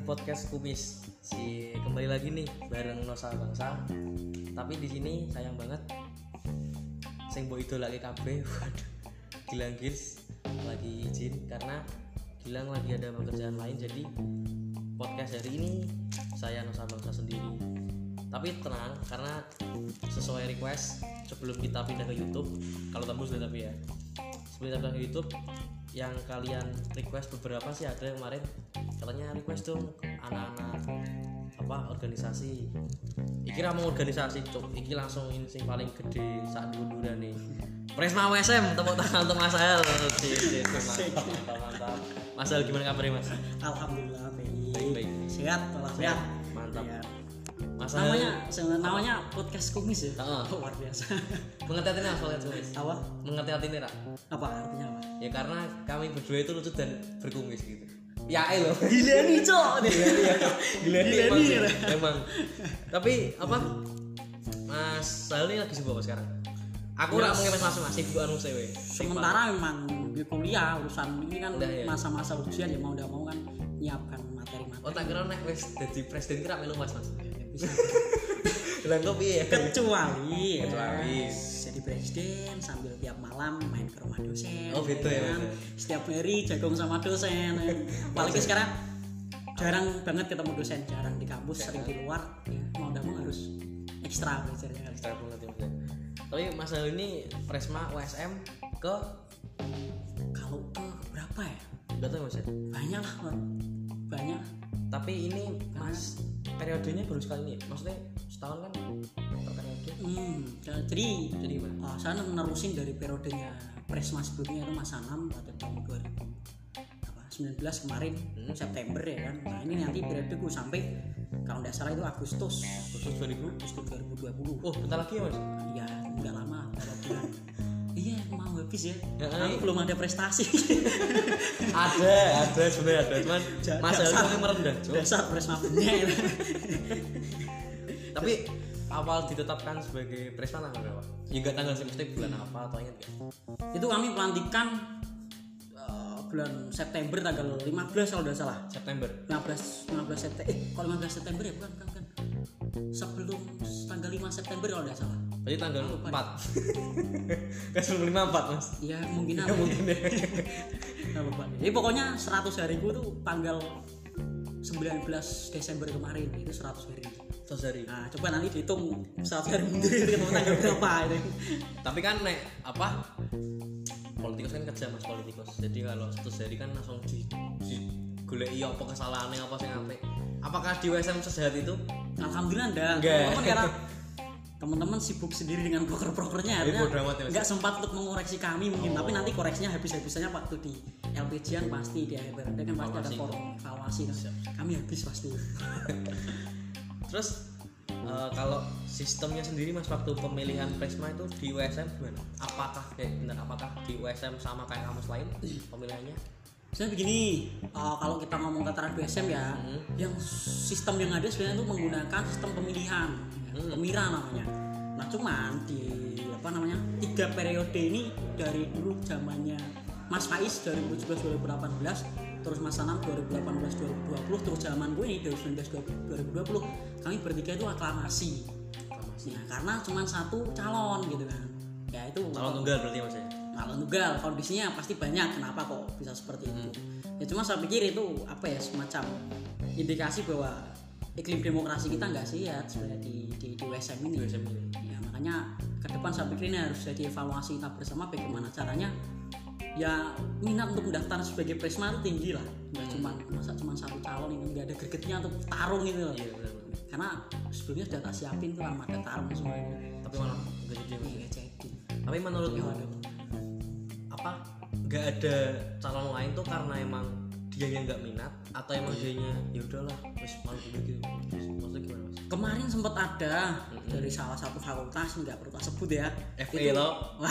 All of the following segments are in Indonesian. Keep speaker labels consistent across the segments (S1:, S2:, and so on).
S1: podcast Kumis. Kembali lagi nih bareng Nusa Bangsa. Tapi di sini sayang banget sing mbok idolake kabeh. Waduh. Gilang Girs lagi izin karena Gilang lagi ada pekerjaan lain. Jadi podcast hari ini saya Nusa Bangsa sendiri. Tapi tenang karena sesuai request sebelum kita pindah ke YouTube, kalau tembus deh tapi ya. Sebelum kita pindah ke YouTube, yang kalian request beberapa sih ada yang kemarin katanya request dong anak-anak organisasi. Iki ra mau organisasi cuk, iki langsung ini sing paling gede sak dhuwur-dhuwuran nih. Presma WSM, tepuk tangan untuk Mas Al. Mantap. Mas Al gimana kabarnya Mas?
S2: Alhamdulillah
S1: baik.
S2: Sehat, sehat.
S1: Mantap.
S2: Ya.
S1: Mas
S2: Namanya podcast Kumis ya. Luar biasa.
S1: Mengerti artinya apa podcast Kumis?
S2: Apa?
S1: Mengerti artinya Ra?
S2: Apa artinya apa?
S1: Ya karena kami berdua itu lucu dan berkumis gitu. Ya loh.
S2: Gila nih, Cok.
S1: Gila nih. Emang. Tapi apa? Mas Sal ini lagi sibuk apa sekarang? Aku ora mau masuk sibuk anu sewe.
S2: Sementara memang di kuliah urusan ini kan
S1: ya.
S2: Masa-masa ujian ya mau enggak mau kan nyiapkan materi-materi.
S1: Oh tak kira nek wis dadi presiden kira melu Mas. Bisa. Lah kok piye?
S2: Kecuali jadi presiden sambil tiap malam main ke rumah dosen.
S1: Oh gitu ya.
S2: Kan? Setiap hari jagung sama dosen. Apalagi sekarang jarang banget ketemu dosen, jarang di kampus, sering di luar. Ya, mau enggak mau harus ekstra belajarnya.
S1: Ekstra banget ya. Tapi Mas Hal ini Presma USM ke
S2: kalau ke berapa ya?
S1: Enggak tahu Mas.
S2: Banyak lah, banyak.
S1: Tapi ini Mas periodenya baru sekali nih. Maksudnya setahun kan per periode.
S2: Jadi saya nerusin dari periodenya Presma sebelumnya itu Mas Anam pada tahun 2019 kemarin September ya kan. Nah ini nanti periodeku sampai kalau tidak salah itu Agustus 2020.
S1: Oh bentar lagi ya Mas?
S2: Iya nggak lama, berapa bulan. Iya mau habis ya. Aku belum ada prestasi.
S1: ada sebenarnya ada cuman masalahnya merendah.
S2: Dasar Presma punya.
S1: Tapi awal ditetapkan sebagai Presma tanggal berapa? Ya enggak tanggal semester bulan apa atau ingat enggak?
S2: Itu kami pelantikan bulan September tanggal 15 kalau tidak salah.
S1: September.
S2: 15 September. Kalau 15 September ya bukan. Sebelum tanggal 5 September kalau tidak salah.
S1: Berarti tanggal 4. Kan sebelum 4 Mas.
S2: Iya, mungkin apa.
S1: Mungkin deh.
S2: Jadi pokoknya 100 hariku tuh tanggal 19 Desember kemarin itu 100 hari.
S1: 100 hari.
S2: Nah, coba nanti dihitung 100 hari mundur ketemu tanggal berapa itu.
S1: Tapi kan nek politikus kan kerja Mas politikus. Jadi kalau 100 hari kan langsung digoleki apa kesalahannya apa sing apik. Apakah di WSM sesehat itu?
S2: Alhamdulillah enggak. Karena teman-teman sibuk sendiri dengan proker-prokernya nggak sempat untuk mengoreksi kami mungkin, tapi nanti koreksinya habis-habisannya waktu di LPG-an pasti di akhir periode kan pasti ada forum evaluasi kan. Kami habis pasti.
S1: Terus kalau sistemnya sendiri Mas waktu pemilihan Presma itu di USM gimana? Apakah di USM sama kayak kampus lain pemilihannya?
S2: Saya begini, kalau kita ngomong kataran BSM ya, yang sistem yang ada sebenarnya itu menggunakan sistem pemilihan, pemira namanya. Nah cuman di 3 periode ini dari dulu zamannya Mas Faiz 2017-2018, terus Mas Anam 2018-2020, terus zaman gue ini 2019-2020, kami bertiga itu aklamasi. Nah, karena cuma satu calon gitu kan. Ya itu
S1: calon tunggal berarti Mas ya.
S2: Calon tunggal kondisinya pasti banyak, kenapa kok bisa seperti itu. Ya cuma saya pikir itu semacam indikasi bahwa iklim demokrasi kita nggak sehat sebenarnya di WSM ini. Ya makanya ke depan saya pikir ini harus jadi evaluasi kita bersama bagaimana caranya ya minat untuk mendaftar sebagai Presma itu tinggi lah. Nggak cuma satu calon ini, nggak ada gregetnya untuk tarung itu loh.
S1: Iya benar.
S2: Karena sebelumnya sudah tak siapin tuh ada tarung semuanya.
S1: Tapi malah nggak jadi. Tapi menurutmu nggak ada calon lain tuh karena emang dia yang nggak minat atau emang dianya ya udahlah terus malu gitu. Maksudnya gimana Mas?
S2: Kemarin sempat ada dari salah satu fakultas, nggak perlu sebut ya.
S1: FE lo.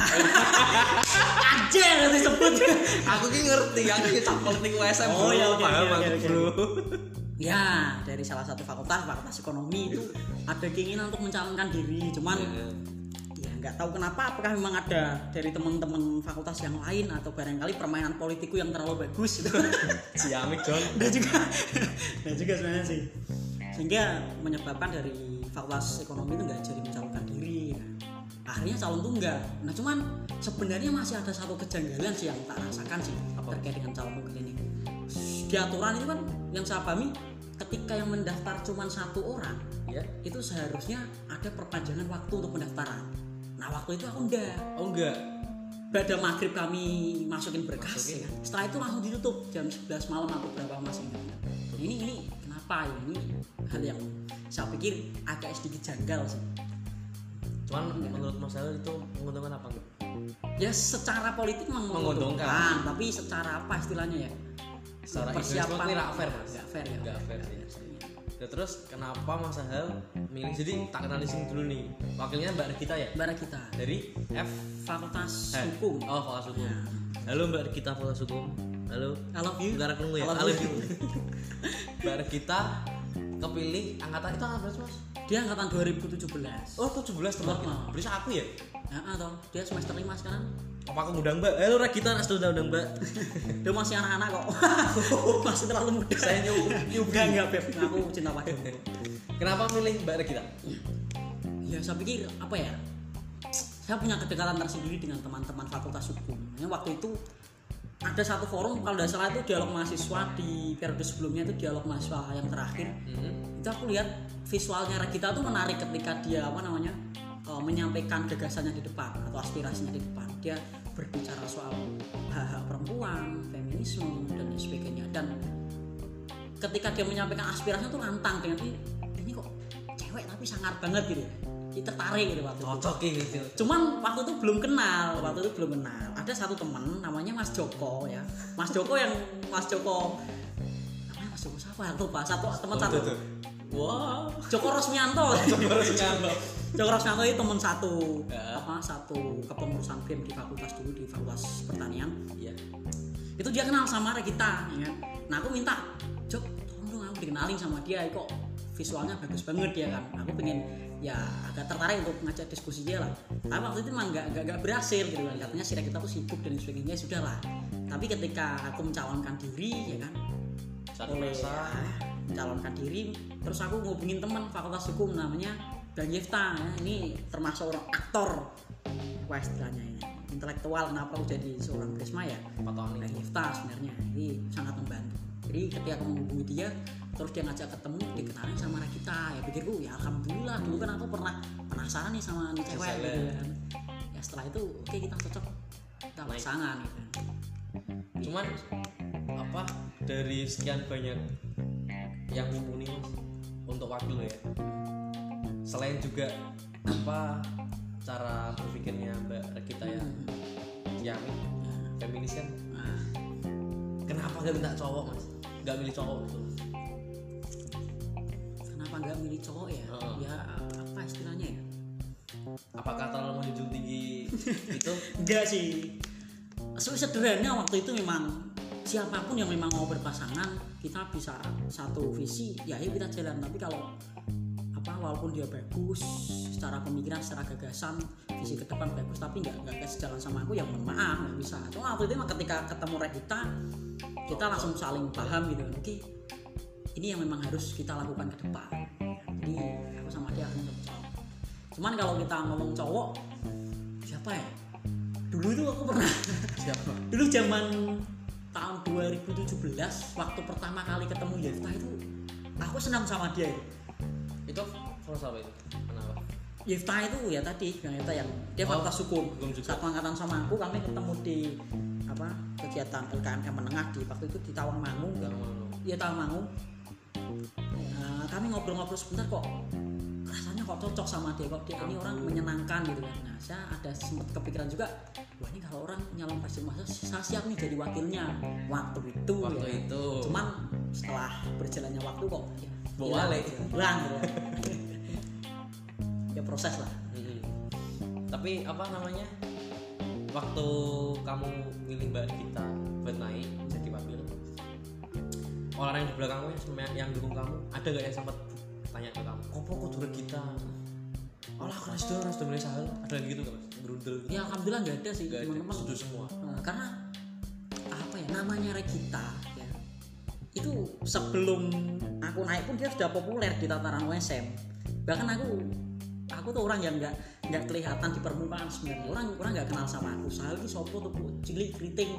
S2: Aja nanti sebut.
S1: Aku ki ngerti yang kita politik USM.
S2: Oh ya oke.
S1: Bro.
S2: Ya dari salah satu fakultas ekonomi itu ada keinginan untuk mencalonkan diri, cuman ya nggak tahu kenapa, apakah memang ada dari teman-teman fakultas yang lain atau barangkali permainan politikku yang terlalu bagus gitu.
S1: Ciamik dong.
S2: Nggak juga sebenarnya sih, sehingga menyebabkan dari fakultas ekonomi itu nggak jadi mencalonkan diri. Akhirnya calon tunggal. Nah cuman sebenarnya masih ada satu kejanggalan sih yang tak rasakan sih terkait dengan calon tunggal ini. Di aturan itu kan yang saya pahami, ketika yang mendaftar cuma satu orang,
S1: Ya.
S2: itu seharusnya ada perpanjangan waktu untuk pendaftaran. Nah waktu itu aku enggak.
S1: Oh enggak.
S2: Pada maghrib kami masukin berkas. Ya. Setelah itu langsung ditutup jam 11 malam atau berapa masih ingat. Ini kenapa ya? Ini hal yang saya pikir agak sedikit janggal sih.
S1: Cuman menurut Mas Hel itu menguntungkan apa enggak?
S2: Ya secara politik memang
S1: Menguntungkan.
S2: tapi secara apa istilahnya ya?
S1: Secara
S2: persiapan
S1: ini enggak fair, Mas.
S2: Enggak fair ya.
S1: Enggak fair sih. Ya, terus kenapa Mas Hel milih, jadi tak kenal di sini dulu nih. Wakilnya Mbak Regita ya?
S2: Mbak kita
S1: Dari
S2: Fakultas
S1: Eh,
S2: Hukum.
S1: Oh, Fakultas Hukum.
S2: Ya.
S1: Halo Mbak Regita Fakultas Hukum. Halo.
S2: I love you.
S1: Bentar aku nunggu ya.
S2: I love
S1: Halo.
S2: you.
S1: Mbak Regita kepilih angkatan itu angkatan berapa, Mas?
S2: Dia angkatan 2017.
S1: Oh, 17 teman.
S2: Oh.
S1: Berarti aku ya?
S2: Ya, atau dia semester 5 sekarang.
S1: Apa aku ngundang Mbak? Halo Regita, sudah undang Mbak.
S2: Dia masih anak-anak kok. Masih terlalu muda.
S1: Saya
S2: Enggak, Beb. Aku cinta padamu.
S1: Kenapa milih Mbak Regita?
S2: Ya, saya pikir apa ya? Saya punya kedekatan tersendiri dengan teman-teman Fakultas Hukum. Ya, waktu itu ada satu forum, kalau tidak salah itu dialog mahasiswa di periode sebelumnya, itu dialog mahasiswa yang terakhir. Itu aku lihat visualnya Regita tuh menarik ketika dia menyampaikan gagasannya di depan atau aspirasinya di depan. Dia berbicara soal hak-hak perempuan, feminisme dan lain sebagainya. Dan ketika dia menyampaikan aspirasinya tuh lantang dengan ini kok cewek tapi sangar banget gitu. Dia tertarik gitu waktu itu.
S1: Cocok gitu.
S2: Cuman waktu itu belum kenal. Ada satu teman namanya Mas Joko ya. Mas Joko namanya Mas Joko siapa? Lupa. Satu.
S1: Wah.
S2: Joko Rosmianto. Joko Rosmianto itu teman satu kepengurusan BEM di fakultas dulu, di Fakultas Pertanian.
S1: Iya.
S2: Itu dia kenal sama Regita, ya kan. Nah aku minta, Jok, tolong dong aku dikenalin sama dia, kok visualnya bagus banget dia kan. Aku pengen ya agak tertarik untuk ngajak diskusi dia lah. Tapi waktu itu emang nggak berhasil gitu kan. Katanya si Regita tuh sibuk dan sebagainya, sudah lah. Tapi ketika aku mencalonkan diri, ya kan, calonkan diri, terus aku ngubungin teman Fakultas Hukum namanya Bang Yefta, ya. Ini termasuk orang aktor, wah istilahnya ini intelektual. Kenapa aku jadi seorang Prisma ya? Bang Yefta sebenarnya ini sangat membantu. Jadi ketika aku menghubungi dia, terus dia ngajak ketemu, dikenalin sama Regita. Ya pikirku ya alhamdulillah, dulu kan aku pernah penasaran nih sama nih cewek gitu kan. Ya setelah itu oke, kita cocok, kita pasangan gitu.
S1: Cuman apa dari sekian banyak yang mumpuni Mas untuk wakil ya, selain juga apa cara berpikirnya Mbak Regita yang feminis kan, kenapa nggak minta cowok Mas, nggak milih cowok gitu?
S2: Kenapa nggak milih cowok ya? Ya apa istilahnya ya?
S1: Apakah terlalu menjunjung tinggi itu?
S2: Enggak sih. Sederhana waktu itu memang siapapun yang memang mau berpasangan, kita bisa satu visi, ya ayo kita jalan. Tapi kalau walaupun dia bagus secara pemikiran, secara gagasan, visi ke depan bagus, tapi nggak sejalan sama aku, ya mohon maaf nggak bisa. Cuma waktu itu memang ketika ketemu Regita, kita langsung saling paham gitu. Oke, ini yang memang harus kita lakukan ke depan. Jadi aku sama dia akan cocok. Cuman kalau kita ngomong cowok, siapa ya? Dulu itu aku pernah
S1: Siapa?
S2: Dulu zaman tahun 2017 waktu pertama kali ketemu Yefta itu aku senang sama dia.
S1: Itu proses apa itu? Kenapa?
S2: Yefta itu ya tadi Yefta yang dia fakultas hukum
S1: juga.
S2: satu angkatan sama aku. Kami ketemu di kegiatan LKMM menengah di waktu itu di Tawangmangu. Iya Tawangmangu. Kami ngobrol-ngobrol sebentar, kok rasanya kok cocok sama dia, kok dia ini orang menyenangkan gitu kan. Nah saya ada sempat kepikiran juga, wah ini kalau orang nyalon presiden masa saya siap nih jadi wakilnya waktu itu. Cuman setelah berjalannya waktu kok ya, hilang gitu. Ya proses lah.
S1: Tapi waktu kamu milih Mbak Regita buat naik jadi wakil, orang yang di belakangmu yang dukung kamu, ada gak yang sempat tanya ke kamu, kok Regita? Alah kan sudah mulai sahel. Ada yang gitu kan Mas? Berundel gitu.
S2: Ya alhamdulillah nggak ada sih
S1: Nggak ada,
S2: teman-teman.
S1: setuju semua.
S2: Karena apa ya namanya Regita ya. Itu sebelum aku naik pun dia sudah populer di tataran USM. Bahkan aku tuh orang yang nggak kelihatan di permukaan sebenarnya. Orang nggak kenal sama aku. Sahel itu sopo tuh cilik keriting.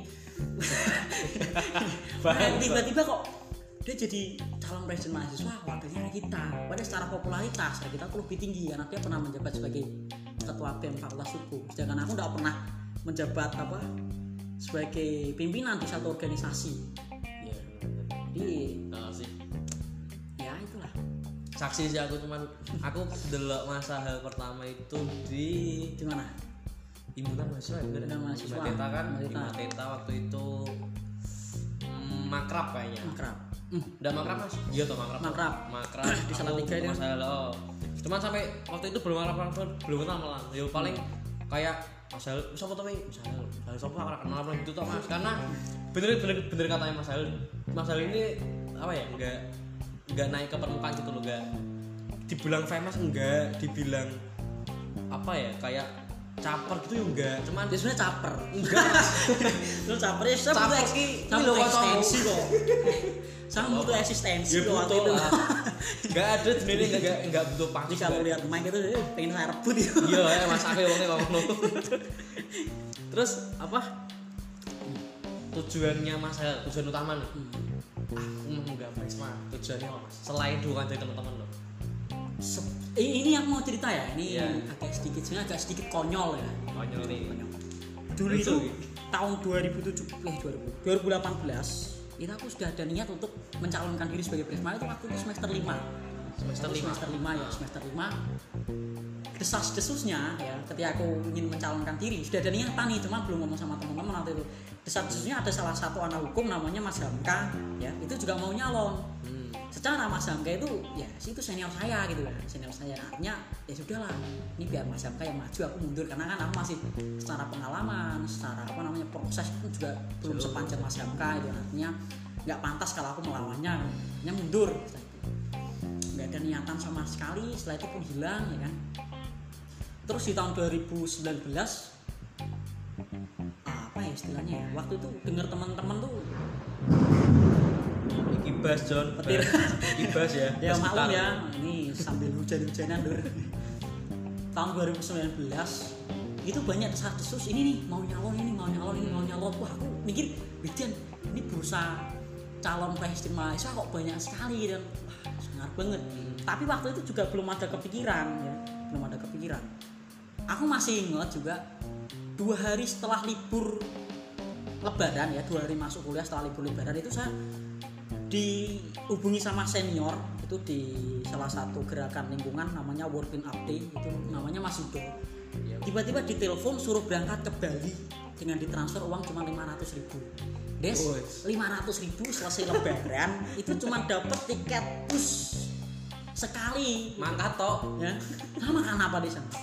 S2: Tiba-tiba kok dia jadi calon presiden mahasiswa wakilnya kita. Padahal secara popularitas kita tuh lebih tinggi karena dia pernah menjabat sebagai ketua BEM Fakultas Hukum. Sedangkan aku nggak pernah menjabat sebagai pimpinan di satu organisasi.
S1: Iya.
S2: Jadi
S1: Sih.
S2: ya itulah.
S1: Saksi sih aku delok masa hal pertama itu di
S2: Gimana?
S1: himpunan mahasiswa ya bener.
S2: Himpunan mahasiswa.
S1: Hima Teta kan,
S2: Hima Teta.
S1: Hima Teta waktu itu makrab kayaknya.
S2: Makrab.
S1: Udah makrab Mas? Iya toh makrab.
S2: Makrab. Di Salatiga itu.
S1: Masalah. Cuman sampai waktu itu belum makrab belum kenal malah. Ya paling kayak Mas Hal, siapa tuh Mas Hal siapa kenal apa gitu toh Mas. Karena bener katanya Mas Hal ini apa ya? Enggak naik ke permukaan gitu loh, enggak dibilang famous, enggak dibilang apa ya kayak caper gitu ya enggak, cuman
S2: Dia sebenarnya caper.
S1: enggak
S2: Terus caper ya saya
S1: Caper
S2: butuh
S1: ki,
S2: saya
S1: ini
S2: butuh
S1: loh,
S2: eksistensi kok. Saya butuh eksistensi
S1: ya
S2: kok waktu
S1: butuh
S2: itu.
S1: lah enggak ada sebenarnya enggak butuh
S2: Jadi
S1: pansus
S2: kalau lihat Mike itu pengen saya rebut itu.
S1: iya ya Mas Ake wongnya ngomong terus apa tujuannya Mas Hal, tujuan utama nih aku mau nggak Prisma tujuannya apa Mas selain dukungan dari teman-teman loh
S2: Ini yang mau cerita ya. Ini
S1: Iya.
S2: sebenarnya agak sedikit konyol ya.
S1: konyol nih
S2: Dulu
S1: Lucu,
S2: itu
S1: gitu.
S2: tahun 2018 itu aku sudah ada niat untuk mencalonkan diri sebagai Prisma itu waktu itu semester 5
S1: semester 5
S2: semester 5 desas-desusnya ya ketika aku ingin mencalonkan diri sudah ada niatan nih cuma belum ngomong sama teman-teman waktu itu. Desas-desusnya ada salah satu anak hukum namanya Mas Hamka ya itu juga mau nyalon. Secara Mas Hamka itu ya itu senior saya gitu kan, senior saya artinya ya sudahlah ini biar Mas Hamka yang maju aku mundur karena kan aku masih secara pengalaman secara proses itu juga belum sepanjang Mas Hamka itu artinya nggak pantas kalau aku melawannya hanya mundur setelah itu nggak ada niatan sama sekali setelah itu pun hilang ya kan. Terus di tahun 2019 apa ya istilahnya ya waktu itu dengar teman-teman tuh
S1: Ibas John
S2: petir
S1: Ibas ya
S2: ya
S1: Bas
S2: maklum
S1: gitar.
S2: ya ini sambil hujan-hujanan dur tahun 2019 itu banyak desas-desus ini nih mau nyalon wah aku mikir Widian ini bursa calon presiden Malaysia kok banyak sekali dan wah sangat banget tapi waktu itu juga belum ada kepikiran aku masih ingat juga 2 hari setelah libur lebaran ya 2 hari masuk kuliah setelah libur lebaran itu saya dihubungi sama senior itu di salah satu gerakan lingkungan namanya Working Update itu namanya Mas Yudo tiba-tiba ditelepon suruh berangkat ke Bali dengan ditransfer uang cuma 500.000 Des 500.000 selesai lebaran itu cuma dapat tiket bus sekali
S1: mangkat toh
S2: ya sama makan apa di sana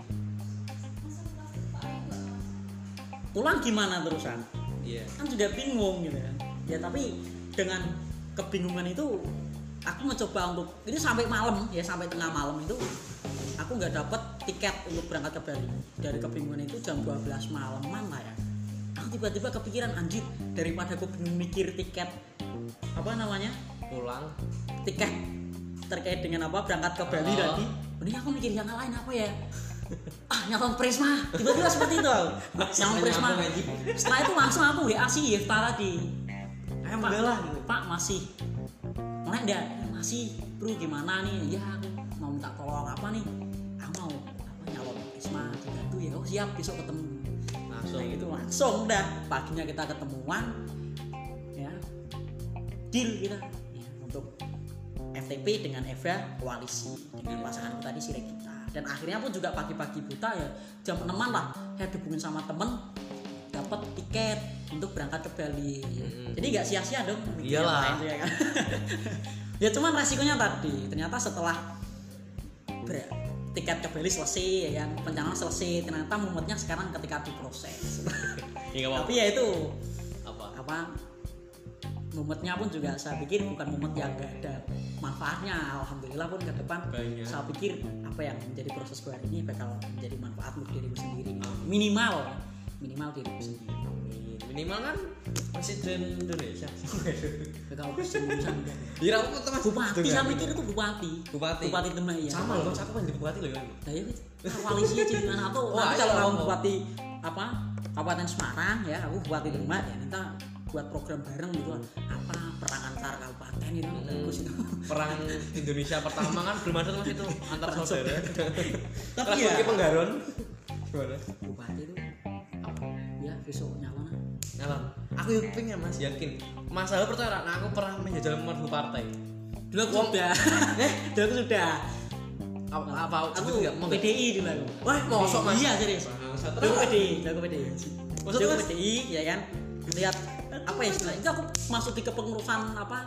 S2: pulang gimana terusan
S1: iya
S2: kan juga bingung gitu kan ya tapi dengan kebingungan itu aku mencoba untuk ini sampai malam ya sampai tengah malam itu aku nggak dapat tiket untuk berangkat ke Bali dari kebingungan itu jam 12 malaman lah ya aku tiba-tiba kepikiran anjir daripada aku bingung mikir tiket
S1: pulang
S2: tiket terkait dengan berangkat ke Bali tadi mending aku mikir yang lain apa ya nyalon Prisma tiba-tiba seperti itu nyalon Prisma setelah itu langsung aku WA si Yefta tadi Pak, Pak masih mulai enggak masih bro gimana nih ya aku mau minta tolong apa nih aku mau nyalon Prisma dibantu ya siap besok ketemu langsung udah paginya kita ketemuan ya deal kita ya, untuk FTP dengan Eva koalisi dengan pasangan tadi si Regita dan akhirnya pun juga pagi-pagi buta ya jam 6-an lah saya dihubungin sama temen dapat tiket untuk berangkat ke Bali jadi nggak sia-sia dong
S1: iyalah
S2: ya, kan? Ya cuman resikonya tadi ternyata setelah tiket ke Bali selesai ya kan pencalonan selesai ternyata mumetnya sekarang ketika diproses tapi ya itu apa mumetnya pun juga saya pikir bukan mumet yang gak ada manfaatnya. Alhamdulillah pun ke depan
S1: Banyak.
S2: saya pikir apa yang menjadi proses gue hari ini bakal menjadi manfaat untuk diriku sendiri, minimal diriku sendiri.
S1: Minimal kan presiden Indonesia.
S2: Bakal berurusan
S1: Ya aku teman
S2: bupati, saya mikir itu bupati Demak ya.
S1: Sama loh, aku pengen jadi bupati loh kan.
S2: Nah, ya koalisi aja gimana atau
S1: Wah,
S2: nanti kalau
S1: iya,
S2: kamu
S1: iya.
S2: bupati apa Kabupaten Semarang ya, aku bupati Demak ya, kita buat program bareng gitu apa perang antar kabupaten itu bagus itu.
S1: Perang Indonesia pertama kan belum ada mas itu antar saudara.
S2: Tapi
S1: Terus
S2: ya
S1: lagi Penggaron. Gimana?
S2: bupati itu ya besok nyalon
S1: Nyalon. Aku pengen mas, yakin. Masalah percaya, nah aku pernah menjajal merdu partai.
S2: dulu aku sudah dulu aku sudah
S1: Apa
S2: aku
S1: enggak mau
S2: PDI dulu aku.
S1: Wah, mosok mas.
S2: Iya serius.
S1: Bangsat.
S2: Dulu aku PDI.
S1: Maksud
S2: Dulu
S1: mas?
S2: PDI ya kan. Lihat apa ya istilahnya? Itu aku masuk di kepengurusan apa?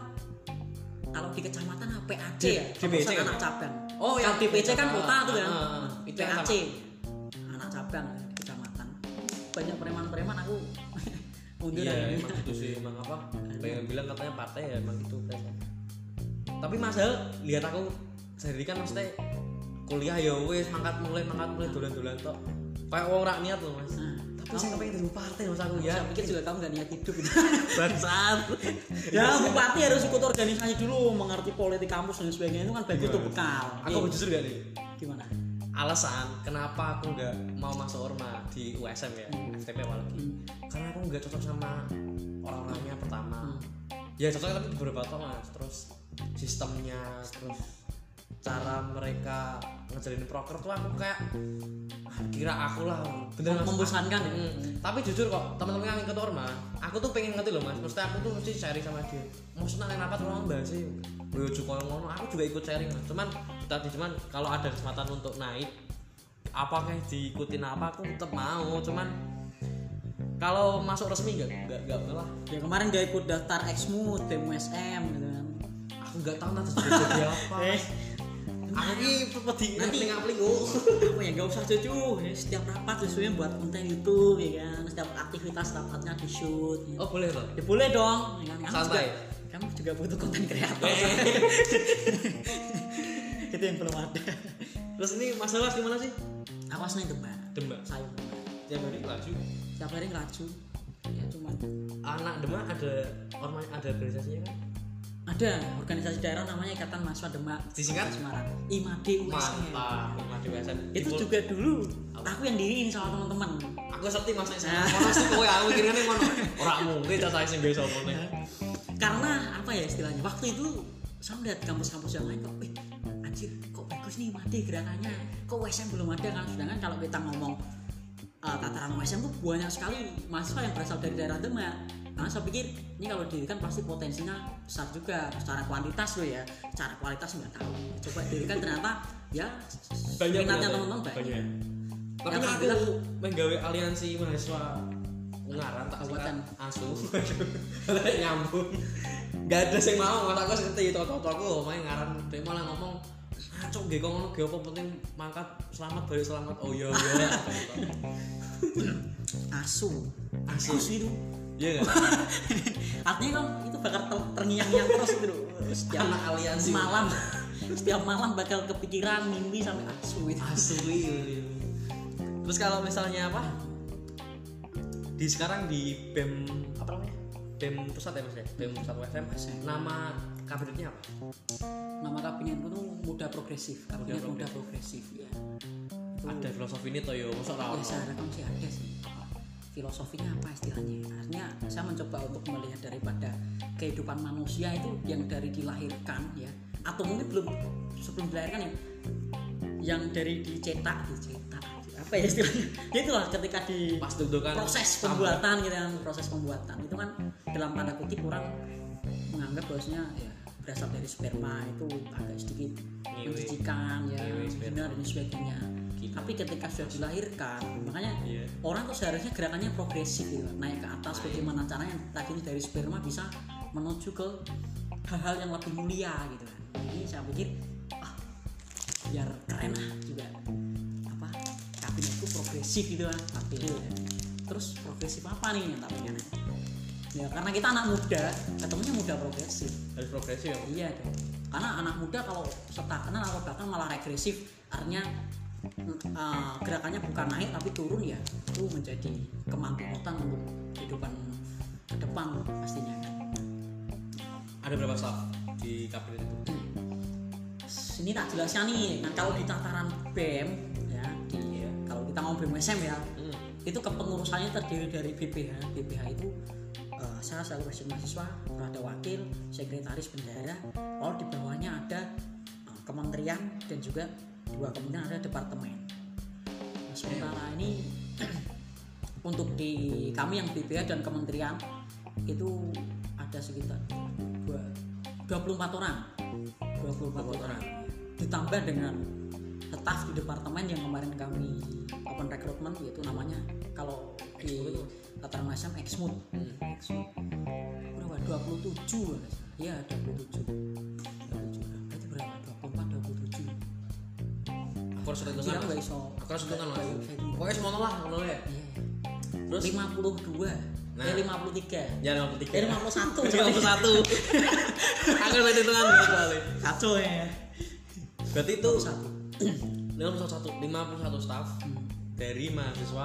S2: Kalau di kecamatan PAC ya,
S1: DPC kan?
S2: anak cabang.
S1: Oh,
S2: yang
S1: yang
S2: DPC kan kota tuh kan.
S1: itu yang
S2: PAC. Anak cabang kecamatan. Banyak preman-preman aku mundur
S1: Iya,
S2: dari
S1: emang gitu sih, emang apa? Pengen bilang katanya partai ya emang gitu kan. Tapi Masal lihat aku sendiri kan maksudnya kuliah ya wes mangkat mulai dolan-dolan tok. Kayak wong rak niat loh Mas. Tapi saya pengen jadi partai Mas aku ya.
S2: Saya pikir juga kamu gak niat hidup gitu.
S1: Bangsat.
S2: Ya bupati harus ikut organisasi dulu, mengerti politik kampus dan sebagainya, itu kan bagus tuh bekal.
S1: Aku jujur gak nih?
S2: Gimana?
S1: Alasan kenapa aku nggak mau masuk Orma di USM ya, FTP apalagi, karena aku nggak cocok sama orang-orangnya pertama. Ya cocok tapi di beberapa tahun mas. Terus sistemnya, terus cara mereka ngejalin proker tuh aku kayak kira aku lah bener mas.
S2: Membosankan ya?
S1: Tapi jujur kok teman-teman yang ikut Orma, aku tuh pengen ngerti loh mas. Mesti aku tuh mesti sharing sama dia. Maksudnya kenapa orang bahas sih? Boyo ngono, aku juga ikut sharing mas. Cuman kalau ada kesempatan untuk naik, apakah diikutin apa aku tetap mau. Cuman kalau masuk resmi enggak lah.
S2: Ya kemarin gak ikut daftar Exmo, TMUSM gitu kan.
S1: Aku enggak tahu nanti jadi apa. Aku ini pedi
S2: Nanti
S1: ngapling
S2: apa ya, gak usah cucu ya, setiap rapat sesuai buat konten YouTube ya kan, setiap aktivitas rapatnya di shoot ya.
S1: Oh boleh loh.
S2: Ya boleh dong ya kan?
S1: Santai.
S2: Kamu juga butuh konten kreator. Itu yang belum ada.
S1: Terus ini masalah gimana sih?
S2: Aku aslinya
S1: Demak.
S2: Saya Demak.
S1: Tiap hari laju.
S2: Tiap hari ngelaju. Ya cuman
S1: Anak Demak ada organisasinya kan?
S2: ada organisasi daerah namanya Ikatan Mahasiswa Demak
S1: Disingkat?
S2: Semarang, IMADE USM.
S1: Mantap, Madu USM.
S2: Itu juga dulu aku yang diriin sama teman-teman.
S1: Aku ngerti mas saya. Ono sih kowe aku kirane ngono. Ora mungkin cacah sing biasa omone.
S2: Karena apa ya istilahnya? Waktu itu saya melihat kampus-kampus yang lain kok, anjir kok bagus nih IMADE gerakannya. Kok USM belum ada kan? Sedangkan kalau kita ngomong tataran USM tuh banyak sekali mahasiswa yang berasal dari daerah Demak. Karena saya pikir ini kalau dirikan pasti potensinya besar juga secara kuantitas loh ya, secara kualitas nggak tahu. Coba dirikan ternyata ya
S1: Banyak
S2: minatnya
S1: ternyata.
S2: teman-teman banyak.
S1: Tapi
S2: Yang
S1: aku
S2: alhamdulillah
S1: menggawe aliansi mahasiswa Ungaran tak
S2: Kabupaten.
S1: asu. Nyambung. Enggak ada sing mau, mas aku ngerti toto-totoku main ngaran dia malah ngomong cok nggih kok ngono ge apa penting mangkat selamat balik selamat. Oh iya iya.
S2: Asu itu
S1: Iya enggak?
S2: artinya kan itu bakal terngiang-ngiang terus gitu loh. Setiap
S1: Anak aliansi.
S2: setiap malam bakal kepikiran mimpi sampai asu itu.
S1: Asu iya. Terus kalau misalnya apa? Sekarang di BEM apa namanya? BEM pusat ya mas ya? BEM pusat USM. Nama kabinetnya apa?
S2: Nama kabinetku tuh muda progresif, kabinet muda progresif ya.
S1: Ada filosofi ini toh yo, mosok ra
S2: Ya
S1: ono.
S2: saya harapkan sih ada sih. Filosofinya apa istilahnya? Artinya saya mencoba untuk melihat daripada kehidupan manusia itu yang dari dilahirkan ya, atau mungkin sebelum dilahirkan ya, yang dari dicetak apa ya istilahnya? Ya itulah ketika di
S1: Pas deg-degan
S2: proses pembuatan gitu kan, proses pembuatan itu kan dalam tanda kutip orang menganggap bahwasanya ya berasal dari sperma itu agak sedikit
S1: Ngewe.
S2: menjijikan ya,
S1: Ngewe
S2: benar dan sebagainya.
S1: Gitu.
S2: Tapi ketika sudah dilahirkan, makanya
S1: Iya.
S2: orang tuh seharusnya gerakannya progresif gitu, naik ke atas bagaimana caranya tadinya dari sperma bisa menuju ke hal-hal yang lebih mulia gitu kan. Ini saya pikir biar keren lah juga apa kabinetku progresif gitu kan. Tapi terus progresif apa nih yang tak pengen? Ya karena kita anak muda, ketemunya muda progresif.
S1: Harus progresif ya.
S2: Iya dong. Karena anak muda kalau stagnan atau bahkan malah regresif, artinya gerakannya bukan naik tapi turun, ya itu menjadi kemanfaatan untuk kehidupan ke depan pastinya.
S1: Ada berapa staff di kapil itu?
S2: Ini tak jelasnya nih. Nah kalau di tataran BEM ya, kalau kita ngomong BEM SM ya, itu kepengurusannya terdiri dari BPH. BPH itu saya selaku presiden mahasiswa, ada wakil, sekretaris bendahara, lalu di bawahnya ada kementerian dan juga dua kementerian ada departemen. Nah, sementara ini untuk di kami yang BPH dan kementerian itu ada sekitar 24 orang. 24 orang. Ditambah dengan staf di departemen yang kemarin kami open recruitment, yaitu namanya kalau di tataran nasional Exmut. Berapa? 27. Ya, 27. Berarti berapa? 24 27.
S1: Aku harus hitungan. Aku harus hitungan Mas. Pokoknya semono lah ngono ya.
S2: Iya.
S1: Terus
S2: 52.
S1: Nah.
S2: 53.
S1: Ya 53.
S2: 51.
S1: 51. Aku harus hitungan soalnya.
S2: Kacau ya.
S1: Berarti itu 51 staff dari mahasiswa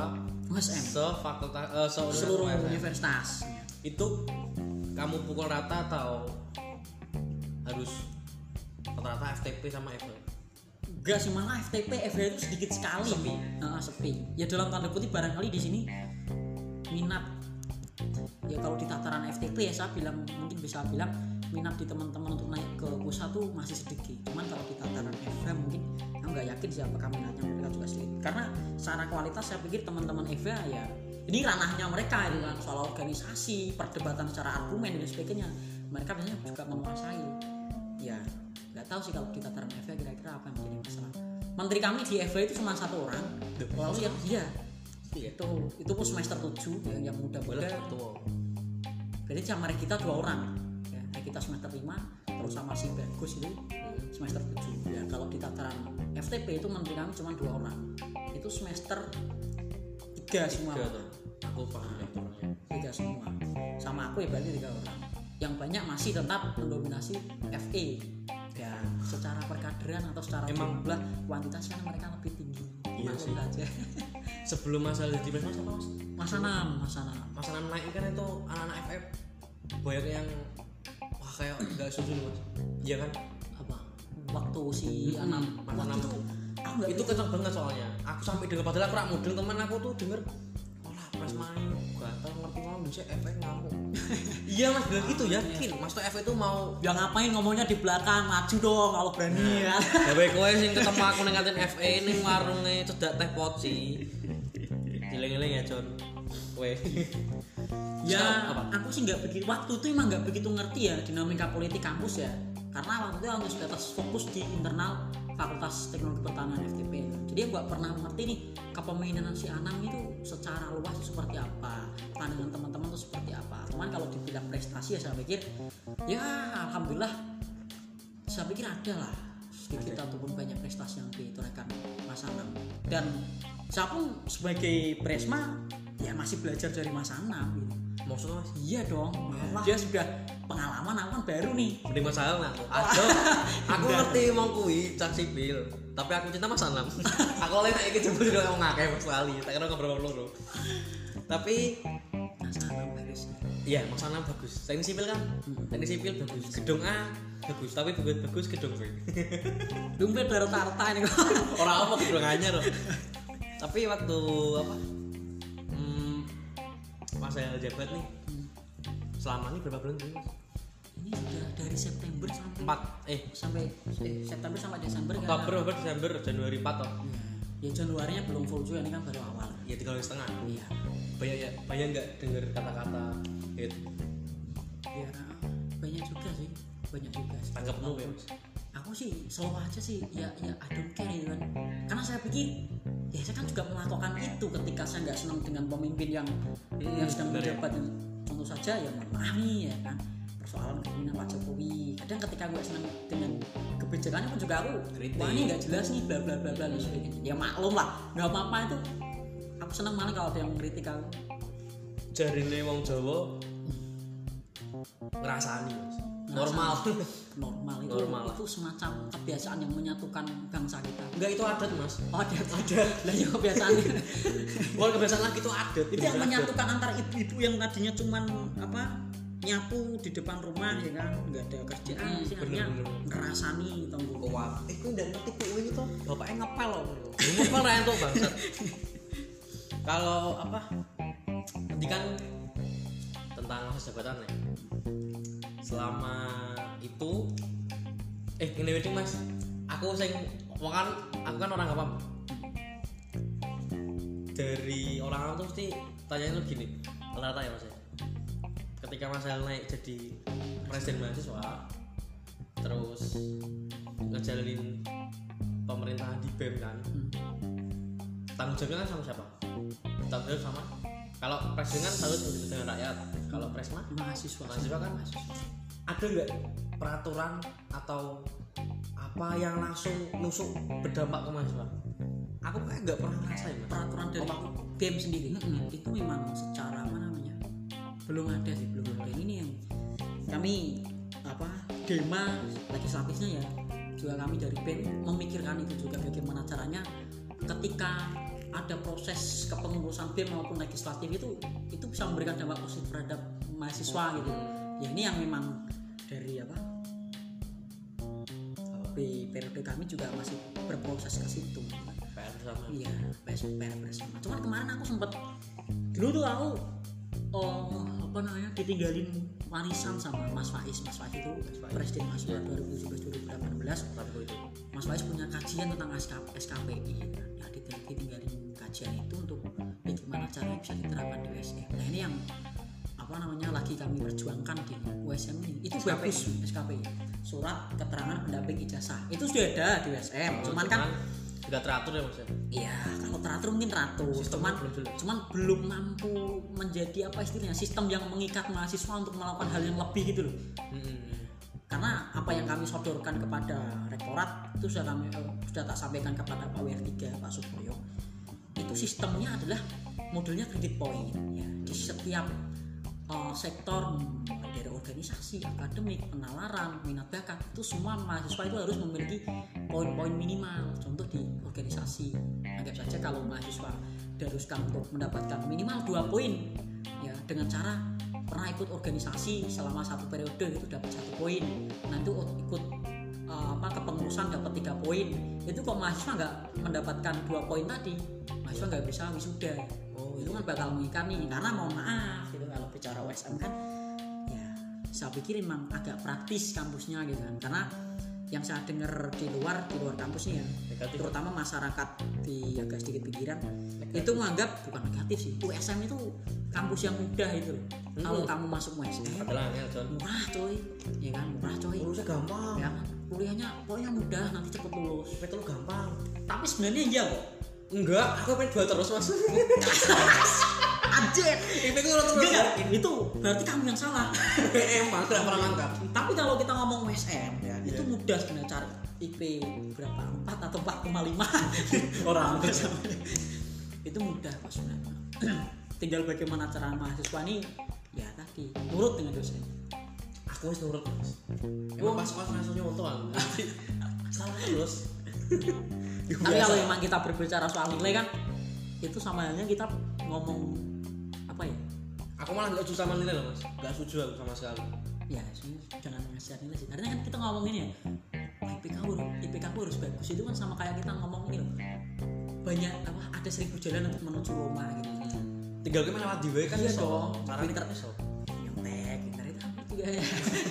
S2: seluruh universitas.
S1: Itu kamu pukul rata atau harus rata-rata FTP sama FL?
S2: Enggak sih, malah FTP FL itu sedikit sekali. Sepi. Ya dalam tanda kutip barangkali di sini minat. Ya kalau di tataran FTP ya saya bilang mungkin bisa bilang minat di teman-teman untuk naik ke pusat tuh masih sedikit. Cuman kalau di tataran FH mungkin aku nggak yakin siapakah minatnya, mereka juga sedikit. Karena secara kualitas saya pikir teman-teman FH ya ini ranahnya mereka itu kan, soal organisasi, perdebatan secara argumen dan sebagainya. Mereka biasanya juga menguasai. Ya nggak tahu sih kalau di tataran FH kira-kira apa yang menjadi masalah. Menteri kami di FH itu cuma satu orang. Lalu yang dia itu pun semester 7 yang muda-muda. Jadi sama kita 2 orang. Kita semester 5 terus sama si Bagus itu semester 7 ya. Kalau di tataran FTP itu menteri kami cuma 2 orang, itu semester 3 semua.
S1: Aku paham ya,
S2: 3 semua sama aku ya, berarti 3 orang. Yang banyak masih tetap mendominasi FE ya, secara perkaderan atau secara jumlah kuantitas kan mereka lebih tinggi.
S1: Iya sih
S2: aja.
S1: Sebelum masalah di Presma sama
S2: Mas Anam
S1: naik kan itu anak-anak FF banyak yang kayak nggak setuju mas, iya kan?
S2: Apa? Waktu si Anam
S1: itu kenceng banget soalnya. Aku sampai denger, padahal aku rak mudeng, teman aku tuh denger, olah Presma ini gatal ngerti ngomong bisa FF ngamuk. Iya mas bilang gitu, yakin mas tuh FF itu mau
S2: ya ngapain ngomongnya di belakang, maju dong kalau berani ya.
S1: Gawe kowe sing ketemu aku ning kantin FE ning warunge cedak teh poci. Giling-giling ya Jon. Kowe.
S2: Ya, aku sih nggak begitu, waktu itu emang nggak begitu ngerti ya dinamika politik kampus ya, karena waktu itu aku sebatas fokus di internal Fakultas Teknologi Pertanian FTP. Jadi aku nggak pernah ngerti nih kepemimpinan si Anam itu secara luas seperti apa, pandangan teman-teman itu seperti apa. Cuman kalau dibilang prestasi ya saya pikir, ya alhamdulillah, saya pikir ada lah sedikit ataupun banyak prestasi yang ditorehkan Mas Anam. Dan saya pun sebagai Presma ya masih belajar dari Mas Anam gitu.
S1: Maksudnya mas?
S2: Iya dong. Dia sudah pengalaman, aku kan baru nih.
S1: Mending masalah nggak? Aku ngerti mau kui cak sipil, tapi aku cinta Mas Anam. Aku oleh naik ke jemput udah mau ngakeh Mas Lali. Tak kira ngobrol loro. Tapi
S2: Mas Anam bagus.
S1: Iya, Mas Anam bagus. Teknik sipil kan? Teknik sipil bagus. Gedung A bagus, tapi bagus gedung B.
S2: Dompet rata-rata ini kok.
S1: Orang apa gedung anyar loh. Tapi waktu apa? Masa jabat nih, selama ini berapa bulan sih mas?
S2: Ini sudah dari September sampai September sampai Desember.
S1: Oktober, Desember, Januari 4 toh.
S2: Ya Januarinya belum full juga, ini kan baru awal.
S1: Ya 3,5.
S2: Iya.
S1: Banyak nggak dengar kata-kata itu?
S2: Ya banyak juga sih.
S1: Tanggap lu ya mas?
S2: Aku sih slow aja sih, ya I don't care gitu kan. Karena saya pikir ya saya kan juga melakukan itu ketika saya nggak senang dengan pemimpin yang sedang menjabat. Contoh saja ya maaf nih ya kan, persoalan kepemimpinan Pak Jokowi. Kadang ketika gue senang dengan kebijakannya pun juga aku wah ini nggak jelas nih bla bla bla bla dan sebagainya. Ya maklum lah, nggak apa-apa itu. Aku senang malah kalau ada yang mengkritik aku.
S1: Jarine wong Jawa ngerasani Mas. Normal.
S2: Normal itu semacam kebiasaan yang menyatukan bangsa kita.
S1: Enggak, itu adat Mas.
S2: Oh, adat. Lah ya kebiasaannya.
S1: Bukan kebiasaan lagi, itu adat.
S2: Itu yang menyatukan antara ibu-ibu yang tadinya cuman nyapu di depan rumah ya kan, nggak ada kerjaan, sih hanya ngerasani tonggo
S1: kuat. Aku ndak ngerti kuwi itu bapaknya ngepel loh. Ngepel ra entuk bangsat. Kalau nanti kan tentang masa jabatan nih. Selama itu ini wedding Mas. Aku kan orang apa? Dari orang tuh mesti tanyanya tuh gini. Rata ya Mas. Ketika Mas Hel naik jadi presiden mahasiswa, terus ngejalanin pemerintahan di BEM kan, tanggung jawabnya kan sama siapa? Tanggung jawab sama, kalau presiden kan harus dengan rakyat, kalau presma mahasiswa kan ada nggak peraturan atau apa yang langsung nusuk berdampak ke mahasiswa? Aku kayak nggak pernah ngerasain
S2: peraturan dari BEM sendiri. Itu memang secara belum ada. Ini yang kami Dema legislatifnya ya juga kami dari BEM memikirkan itu juga, bagaimana caranya ketika ada proses kepengurusan BEM maupun legislatif itu bisa memberikan dampak positif terhadap mahasiswa gitu. Ya ini yang memang dari periode kami juga masih berproses ke situ.
S1: PR bersama.
S2: Iya, PR bersama. Cuman kemarin aku sempat dulu tuh aku ditinggalin warisan sama Mas Faiz itu presiden mahasiswa 2017-2018. Mas Faiz punya kajian tentang SKPI ya, ditinggalin kajian itu untuk bagaimana caranya bisa diterapkan di USM. Nah ini yang lagi kami perjuangkan di USM ini. Itu bagus SKPI, surat keterangan pendamping ijazah itu sudah ada di USM. Cuman kan
S1: tidak teratur ya Mas.
S2: Iya, kalau teratur mungkin teratur. Cuman belum mampu menjadi sistem yang mengikat mahasiswa untuk melakukan hal yang lebih gitu loh. Karena apa yang kami sodorkan kepada rektorat itu sudah tak sampaikan kepada Pak WR3, Pak Supoyo. Itu sistemnya adalah modelnya kredit poin ya. Di setiap sektor dari organisasi, akademik, penalaran, minat bakat itu semua mahasiswa itu harus memiliki poin-poin minimal. Contoh di organisasi, anggap saja kalau mahasiswa diharuskan untuk mendapatkan minimal 2 poin ya, dengan cara pernah ikut organisasi selama 1 periode itu dapat 1 poin. Nanti ikut kepengurusan dapat 3 poin. Itu kok mahasiswa nggak mendapatkan 2 poin tadi, mahasiswa nggak bisa wisuda. Itu kan bakal mengikat nih, karena mohon maaf gitu, kalau bicara USM kan ya saya pikir memang agak praktis kampusnya gitu kan, karena yang saya dengar di luar kampusnya ya, terutama masyarakat di agak sedikit pinggiran itu menganggap, bukan negatif sih, USM itu kampus yang mudah itu. Kalau kamu masuk USM murah coy, ya kan, murah coy,
S1: lulusnya gampang
S2: ya kan, kuliahnya pokoknya mudah, nanti cepet lulus,
S1: itu gampang.
S2: tapi sebenarnya iya kok.
S1: Enggak, aku pengen 2 terus Mas.
S2: Anjir, itu berarti kamu yang salah.
S1: Emang tidak pernah mantap.
S2: Tapi kalau kita ngomong USM ya, itu mudah sebenarnya cari IP berapa, 4 atau 4,5 orang itu mudah kok sebenarnya. Tinggal bagaimana cara mahasiswa ini ya tadi nurut dengan dosen.
S1: Aku harus nurut Mas. Emang pas rasanya untung salah terus.
S2: Tapi kalau memang kita berbicara soal nilai kan, itu sama halnya kita ngomong apa ya?
S1: Aku malah nggak setuju sama nilai loh Mas. Nggak setuju aku sama sekali.
S2: Ya sih, jangan ngasih nilai sih. Karena kan kita ngomongin ya, IPK harus bagus. Itu kan sama kayak kita ngomong ini loh. Banyak ada 1000 jalan untuk menuju Roma gitu.
S1: Tinggal kita lewat di WA kan.
S2: Iya dong.
S1: Pinter iso.
S2: Pinter itu apa juga ya?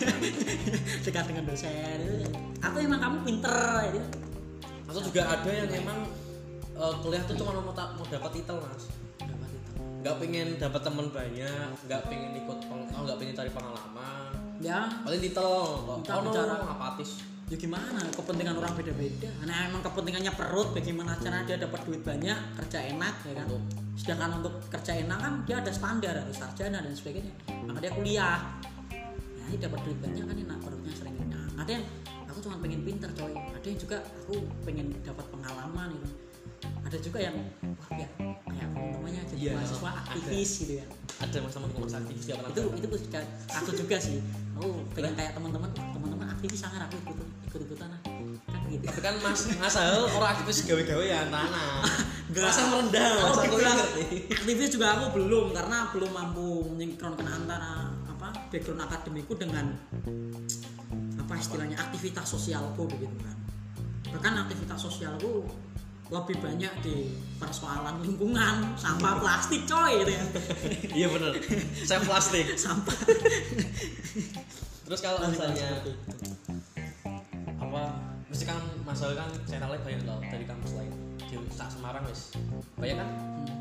S2: Dekat dengan dosen itu. Atau emang kamu pinter gitu.
S1: Atau juga ada yang memang kuliah tuh cuma mau dapat titel Mas. Nggak pengen dapat teman banyak, nggak pengen nggak pengen cari pengalaman.
S2: Ya.
S1: Paling titel. Apatis.
S2: Ya gimana? Kepentingan orang beda-beda. Nah emang kepentingannya perut, bagaimana cara dia dapat duit banyak, kerja enak, ya kan? Sedangkan untuk kerja enak kan dia ada standar, ada sarjana dan sebagainya. Maka dia kuliah. Ya ini dapat duit banyak kan enak, perutnya sering enak. Ada yang aku cuma pengen pinter coy. Ada yang juga aku pengen dapat pengalaman gitu. ada juga yang wah ya kayak teman-temannya jadi
S1: Iya,
S2: mahasiswa aktivis gitu ya.
S1: Ada mas aktivis tiap
S2: Itu aku juga sih. Aku pengen kayak teman-teman aktivis sangar aku ikut-ikutan lah. Kan gitu.
S1: tapi kan mas Hal orang aktivis gawe-gawe ya tanah
S2: Enggak.
S1: masa merendah
S2: Kalau
S1: mas aku
S2: dibilang
S1: ngerti
S2: aktivis juga aku belum karena belum mampu menyingkronkan antara background akademiku dengan apa istilahnya aktivitas sosialku begitu kan. Bahkan aktivitas sosialku lebih banyak di persoalan lingkungan, sampah plastik coy gitu ya.
S1: iya bener saya plastik
S2: Sampah.
S1: terus kalau misalnya apa mesti kan masalah kan channelnya banyak loh dari kampus lain di Semarang wis banyak kan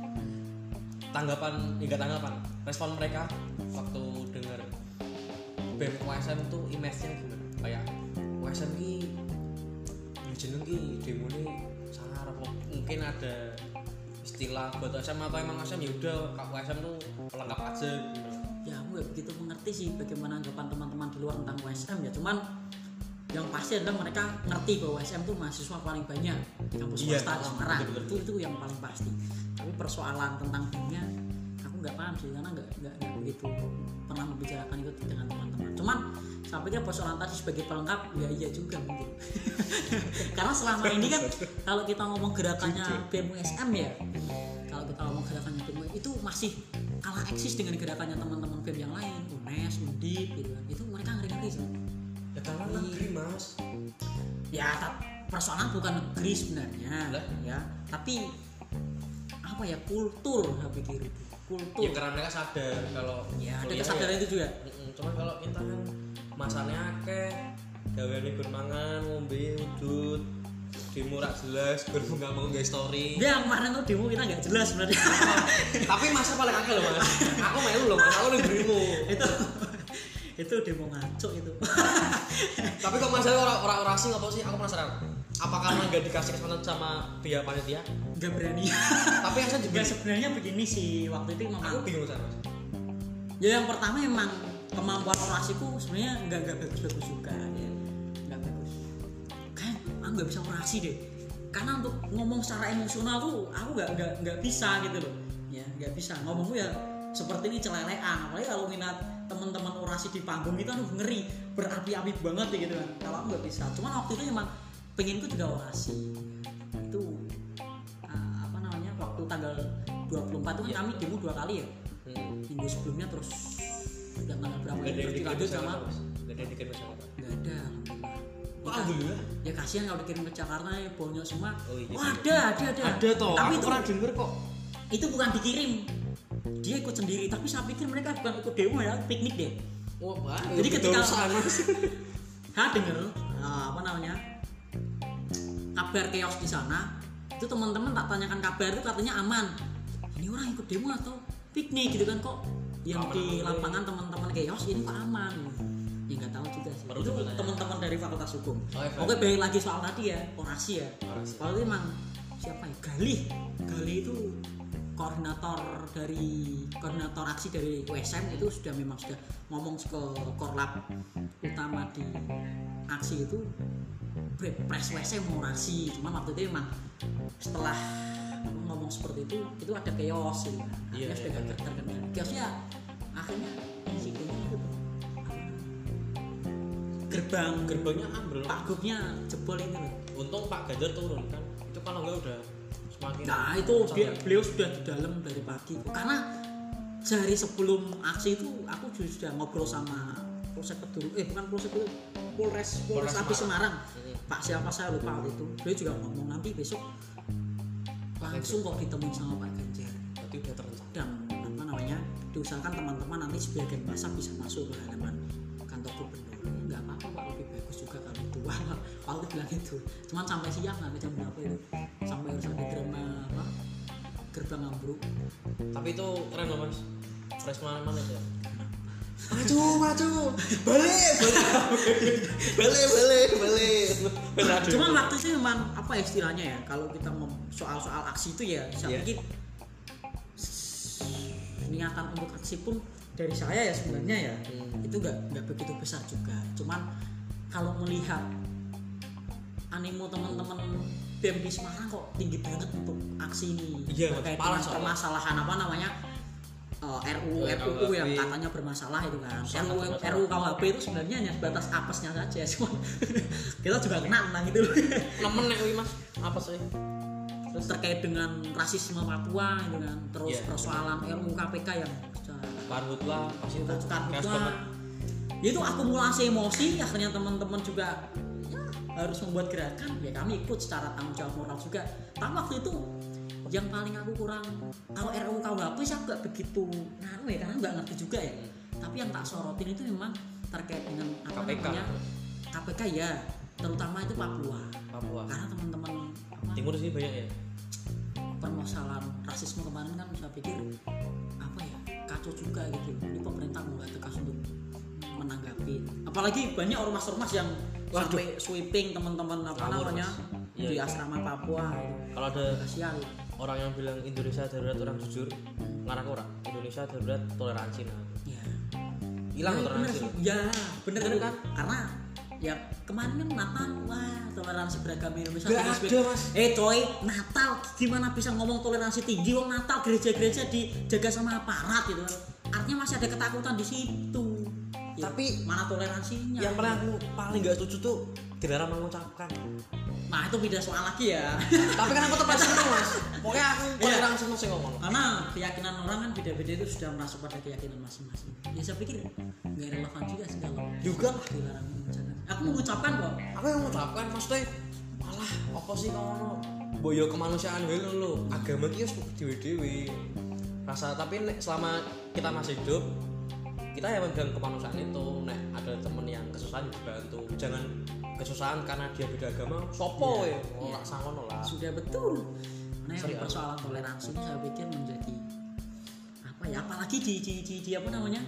S1: tanggapan respon mereka waktu dengar BEM USM tuh image-nya gimana kayak USM ki jeneng ki demo nih sangar apa mungkin ada istilah buat USM atau emang USM ya udah kak USM tuh pelengkap aja gitu.
S2: Ya aku gak begitu mengerti sih bagaimana anggapan teman-teman di luar tentang USM ya, cuman yang pasti adalah mereka ngerti bahwa USM itu mahasiswa paling banyak di kampus swasta di Semarang. Itu yang paling pasti. Tapi persoalan tentang BEM-nya aku nggak paham sih karena nggak begitu pernah membicarakan itu dengan teman-teman. Cuman saya pikir persoalan tadi sebagai pelengkap ya iya juga mungkin. Karena selama ini kan kalau kita ngomong gerakannya BEM USM ya, kalau kita ngomong gerakannya BEM itu masih kalah eksis dengan gerakannya teman-teman BEM yang lain, UNES, UNDIP gitu kan. Itu mereka ngeri-ngeri sih.
S1: Ya karena negeri mas
S2: Ya persoalan bukan negeri sebenarnya ya, tapi apa ya kultur saya pikir itu kultur.
S1: ya karena mereka sadar kalau
S2: Ya ada kesadaran itu juga.
S1: Cuman kalau kita kan masanya akeh gaweane gur mangan ngombe udut demo rak jelas gur nggak mau nggak story
S2: Dia kemarin tuh demo kita nggak jelas sebenarnya.
S1: tapi masa paling akeh loh mas aku melu loh mas aku negerimu
S2: itu demo ngaco itu.
S1: tapi kok masalah orang orasi nggak tahu sih aku penasaran apa karena nggak dikasih kesempatan sama pihak panitia
S2: Nggak berani.
S1: tapi yang saya juga
S2: Nggak sebenarnya begini sih waktu itu
S1: aku
S2: memang.
S1: bingung sama mas
S2: Ya yang pertama emang kemampuan orasiku sebenarnya nggak bagus-bagus juga ya. Nggak bagus. Kayak aku nggak bisa orasi deh. Karena untuk ngomong secara emosional tuh aku nggak bisa gitu loh. Ya nggak bisa. Ngomongku ya seperti ini celelean. Apalagi kalau minat teman-teman orasi di panggung itu aduh ngeri, berapi-api banget ya gitu kan. Kalau aku nggak bisa. Cuman waktu itu emang pengenku juga orasi. Itu apa namanya waktu tanggal 24 itu kan kami demo 2 kali ya. Minggu sebelumnya terus udah tanggal berapa
S1: nggak ada
S2: terus dilanjut sama
S1: nggak ada dikirim sama
S2: nggak ada alhamdulillah.
S1: alhamdulillah
S2: Ya kasihan kalau dikirim ke Jakarta ya bonyok semua.
S1: Oh, iya.
S2: Oh, ada
S1: toh
S2: tapi
S1: aku
S2: itu
S1: pernah denger kok
S2: itu bukan dikirim, dia ikut sendiri. Tapi saya pikir mereka bukan ikut demo ya, piknik deh.
S1: wah wah
S2: Jadi ketika
S1: sana
S2: saya denger apa namanya kabar chaos di sana, itu teman-teman tak tanyakan kabar itu katanya aman. Ini orang ikut demo atau piknik gitu kan, kok yang di lapangan teman-teman chaos ini kok aman. Ya nggak tahu juga sih. Itu teman-teman dari Fakultas Hukum. Oke, balik lagi soal tadi ya, orasi ya. Kalau itu emang siapa ya? Galih itu koordinator aksi dari USM itu sudah ngomong ke korlap utama di aksi itu press USM mau orasi. Cuma waktu itu emang setelah ngomong seperti itu ada chaos gitu kan. Akhirnya sudah gak terkendali. Chaosnya akhirnya insidennya itu gerbangnya ambrol, Pak Gubnya jebol ini loh.
S1: Untung Pak Ganjar turun kan, itu kalau enggak udah semakin.
S2: Nah itu beliau sudah di dalam dari pagi. Karena sehari sebelum aksi itu aku sudah ngobrol sama Polsek Keduru, bukan Polsek Keduru, Polres Api Semarang. Pak siapa saya lupa waktu itu. Beliau juga ngomong nanti besok langsung kok ditemuin sama Pak Ganjar.
S1: Berarti udah terencana.
S2: Dan apa namanya diusahakan teman-teman nanti sebagian masa bisa masuk ke halaman kantor gubernur. Nggak apa-apa Pak, lebih bagus juga kalau itu. Pak bilang itu. Cuman sampai siang sampai jam berapa itu? Sampai harus ada drama apa? Gerbang ambruk.
S1: Tapi itu keren loh mas. Fresh mana itu. Maju. Balik.
S2: Cuman waktu itu memang apa istilahnya ya? Kalau kita soal aksi itu ya, saya pikir niatan untuk aksi pun dari saya ya sebenarnya ya itu nggak begitu besar juga. Cuman kalau melihat animo teman-teman BEM di Semarang kok tinggi banget untuk aksi ini.
S1: Iya,
S2: terkait
S1: parah
S2: dengan permasalahan apa namanya RUU yang katanya bermasalah itu kan. RUU KUHP itu sebenarnya hanya sebatas apesnya saja. Cuma kita juga kena tentang itu loh.
S1: Nemen nek kuwi Mas, apa sih?
S2: Terus terkait dengan rasisme Papua itu kan. Terus persoalan RUU KPK yang
S1: karhutlah pasti itu
S2: karhutlah. Itu akumulasi emosi, akhirnya teman-teman juga ya, harus membuat gerakan. Ya kami ikut secara tanggung jawab moral juga. Tapi waktu itu yang paling aku kurang, kalau RUU KUHP sih aku gak begitu karena gak ngerti juga ya. Tapi yang tak sorotin itu memang terkait dengan apa
S1: KPK.
S2: namanya KPK ya, terutama itu Papua. Karena teman-teman
S1: timur sini banyak ya.
S2: Permasalahan rasisme kemarin kan saya pikir apa ya, kacau juga gitu. Ini pemerintah nggak tegas untuk menanggapi. Apalagi banyak ormas-ormas yang sampai sweeping teman-teman apa namanya di asrama Papua gitu.
S1: Kalau ada
S2: kasihan
S1: orang yang bilang Indonesia darurat orang jujur, ngarang orang Indonesia darurat toleransi nah.
S2: Ya.
S1: Hilang toleransi.
S2: Ya, bener kan? Karena ya kemarin kan Natal, wah toleransi beragama Indonesia
S1: gak ada Mas.
S2: Coy, Natal gimana bisa ngomong toleransi tinggi? Wong Natal gereja-gereja dijaga sama aparat gitu. Artinya masih ada ketakutan di situ. Ya, tapi mana toleransinya?
S1: Yang paling gak setuju tuh dilarang mengucapkan.
S2: Nah itu beda soal lagi ya.
S1: Tapi kan aku tetap seneng Mas. Pokoknya aku paling seneng sih ngomong.
S2: Karena keyakinan orang kan beda-beda itu sudah masuk pada keyakinan masing-masing. Ya saya pikir nggak relevan juga sih kalau
S1: juga
S2: dilarang mengucapkan. Aku mengucapkan kok.
S1: Aku yang mengucapkan maksudnya malah apa sih ngono? Boyo kemanusiaan wae lho. Agama ki wis dhewe-dhewe. Rasa tapi selama kita masih hidup kita ya megang kemanusiaan itu. Nek ada temen yang kesusahan dibantu. Jangan kesusahan karena dia beda agama. Sopo ya? Ora sangono lah.
S2: Sudah betul. Nah, persoalan toleransi ini saya pikir menjadi apa ya? Apalagi di apa namanya?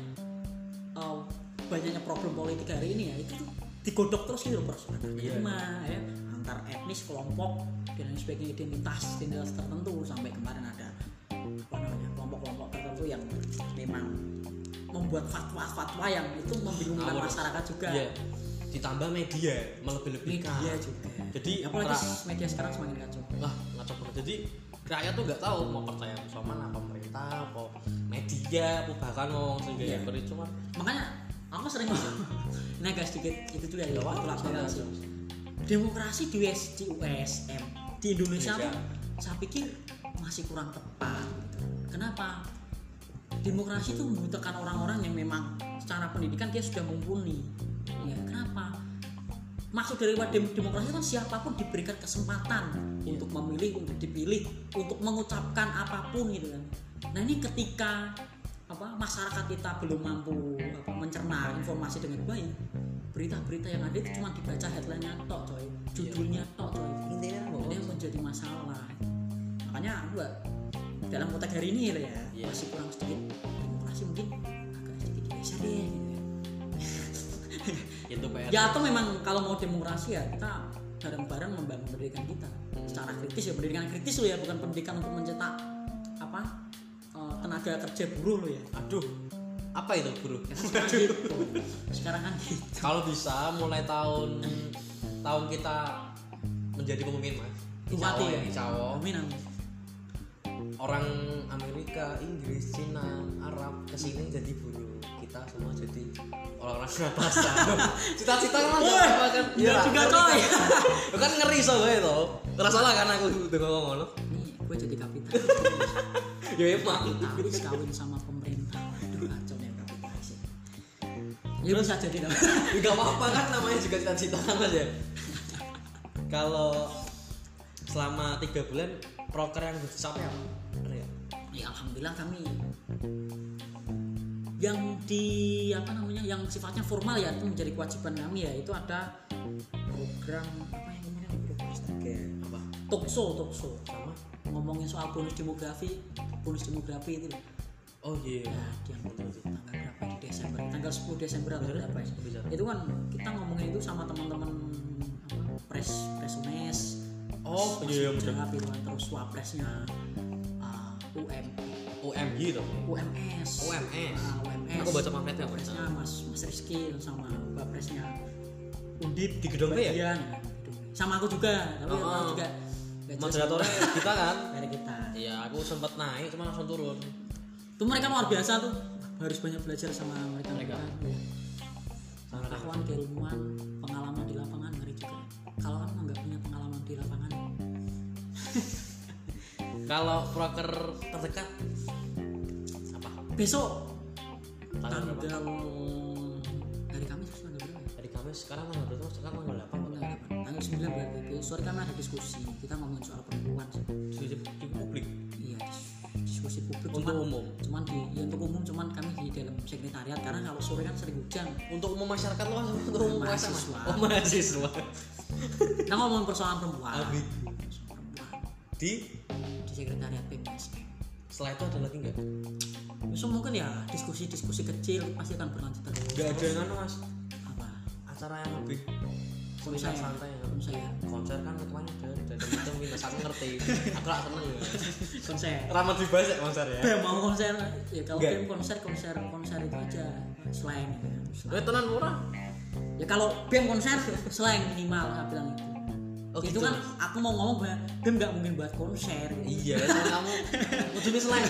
S2: Banyaknya problem politik hari ini ya, itu tuh digodok terus gitu persoalan agama ya, antar etnis, kelompok dan lain sebagainya, identitas tertentu. Sampai kemarin ada apa namanya kelompok-kelompok tertentu yang memang membuat fatwa-fatwa yang itu membingungkan masyarakat juga.
S1: Yeah. Ditambah media melebih-lebihkan.
S2: Media juga.
S1: Jadi
S2: apalagi media sekarang semakin kacau.
S1: Lah, ngacau banget. Jadi rakyat tuh nggak tahu mau percaya sama mana, pemerintah, apa media, apa bahkan mau sehingga yang cuma.
S2: Makanya aku sering nah guys sedikit itu juga ya demokrasi di USM di Indonesia tuh saya pikir masih kurang tepat gitu. Kenapa? Demokrasi itu membutuhkan orang-orang yang memang secara pendidikan dia sudah mumpuni ya. Kenapa? Maksud dari demokrasi kan siapapun diberikan kesempatan untuk memilih, untuk dipilih, untuk mengucapkan apapun gitu kan. Nah ini ketika masyarakat kita belum mampu mencerna informasi dengan baik, berita-berita yang ada itu cuma dibaca headline-nya tok coy, judulnya tok coy, intinya ini menjadi masalah. Makanya aku dalam konteks hari ini ya masih kurang sedikit demokrasi, mungkin agak sedikit geser deh gitu ya.
S1: Itu PR.
S2: Ya atau memang kalau mau demokrasi ya kita bareng-bareng membangun pendidikan kita secara kritis ya, pendidikan kritis loh ya, bukan pendidikan untuk mencetak tenaga kerja buruh lo ya.
S1: Aduh, apa itu buruh?
S2: Ya, sekarang kan gitu.
S1: Kalau bisa mulai tahun kita menjadi pemimpin Mas. Insya Allah.
S2: Amin.
S1: Orang Amerika, Inggris, Cina, Arab kesini jadi buruh. Kita semua jadi orang-orang atas. Cita-cita kan kan?
S2: Ya juga coy.
S1: Lu kan ngeri soalnya itu. Ngerasa lah kan aku udah ngomong lo.
S2: Nih, gue jadi kapitalis.
S1: Ya emang
S2: kapitalis kawin sama pemerintah. Aduh kacau nih kapitalis. Ya bisa jadi dong.
S1: Enggak apa-apa kan, namanya juga cita-cita kan Mas ya. Kalau selama 3 bulan proker yang dicapai apa?
S2: Ya alhamdulillah kami yang yang sifatnya formal ya, itu menjadi kewajiban kami ya, itu ada program apa yang kemarin apa? Talkshow sama ngomongin soal bonus demografi itu. Oh iya. Yeah. Yang tanggal berapa di Desember? Tanggal 10 Desember atau berapa ya? Itu kan kita ngomongin itu sama teman-teman press UNES. Oh iya betul. Terus wapresnya UMG itu. UMS.
S1: Aku baca pamfletnya.
S2: Wapresnya Mas Rizky sama wapresnya Undip
S1: di gedung ya?
S2: Iya. Sama aku juga, tapi aku juga
S1: moderatornya kita kan.
S2: Dari kita.
S1: Iya, aku sempat naik cuma langsung turun.
S2: Tuh mereka luar biasa tuh. Harus banyak belajar sama mereka. Pengetahuan, keilmuan, pengalaman di lapangan ngeri juga. Kalau kamu nggak punya pengalaman di lapangan,
S1: kalau proker terdekat apa?
S2: besok
S1: Tanggal berapa?
S2: hari Kamis tanggal berapa?
S1: Hari Kamis sekarang tanggal berapa? Sekarang tanggal 8.
S2: Tanggal 9 berarti. Sore kami ada diskusi. Kita ngomongin soal perempuan sih.
S1: Diskusi di publik.
S2: Iya, diskusi publik.
S1: Untuk umum.
S2: Cuman untuk umum, cuman kami di dalam sekretariat karena kalau sore kan sering hujan.
S1: Untuk umum masyarakat luas, untuk umum
S2: mahasiswa.
S1: Oh, mahasiswa.
S2: Kita ngomongin persoalan perempuan.
S1: Habis. Di
S2: Sekretariat PPSM.
S1: setelah itu ada lagi nggak?
S2: Besok mungkin ya diskusi-diskusi kecil pasti akan berlanjut terus.
S1: Nggak ada yang anu mas?
S2: Apa?
S1: Acara yang lebih
S2: Konser
S1: santai ya.
S2: Saya
S1: Konser kan kemarin udah itu minus aku ngerti. Aku lah seneng ya.
S2: konser.
S1: Ramah dibahas ya konser ya.
S2: Mau konser ya kalau
S1: Nggak.
S2: game konser itu aja slang gitu ya. Slang.
S1: Tenan murah.
S2: Ya kalau BEM konser slang minimal saya bilang itu.
S1: Oh,
S2: Itu
S1: gitu.
S2: kan aku mau ngomong bahwa BEM nggak mungkin buat konser.
S1: Iya, soalnya kamu ujungnya selain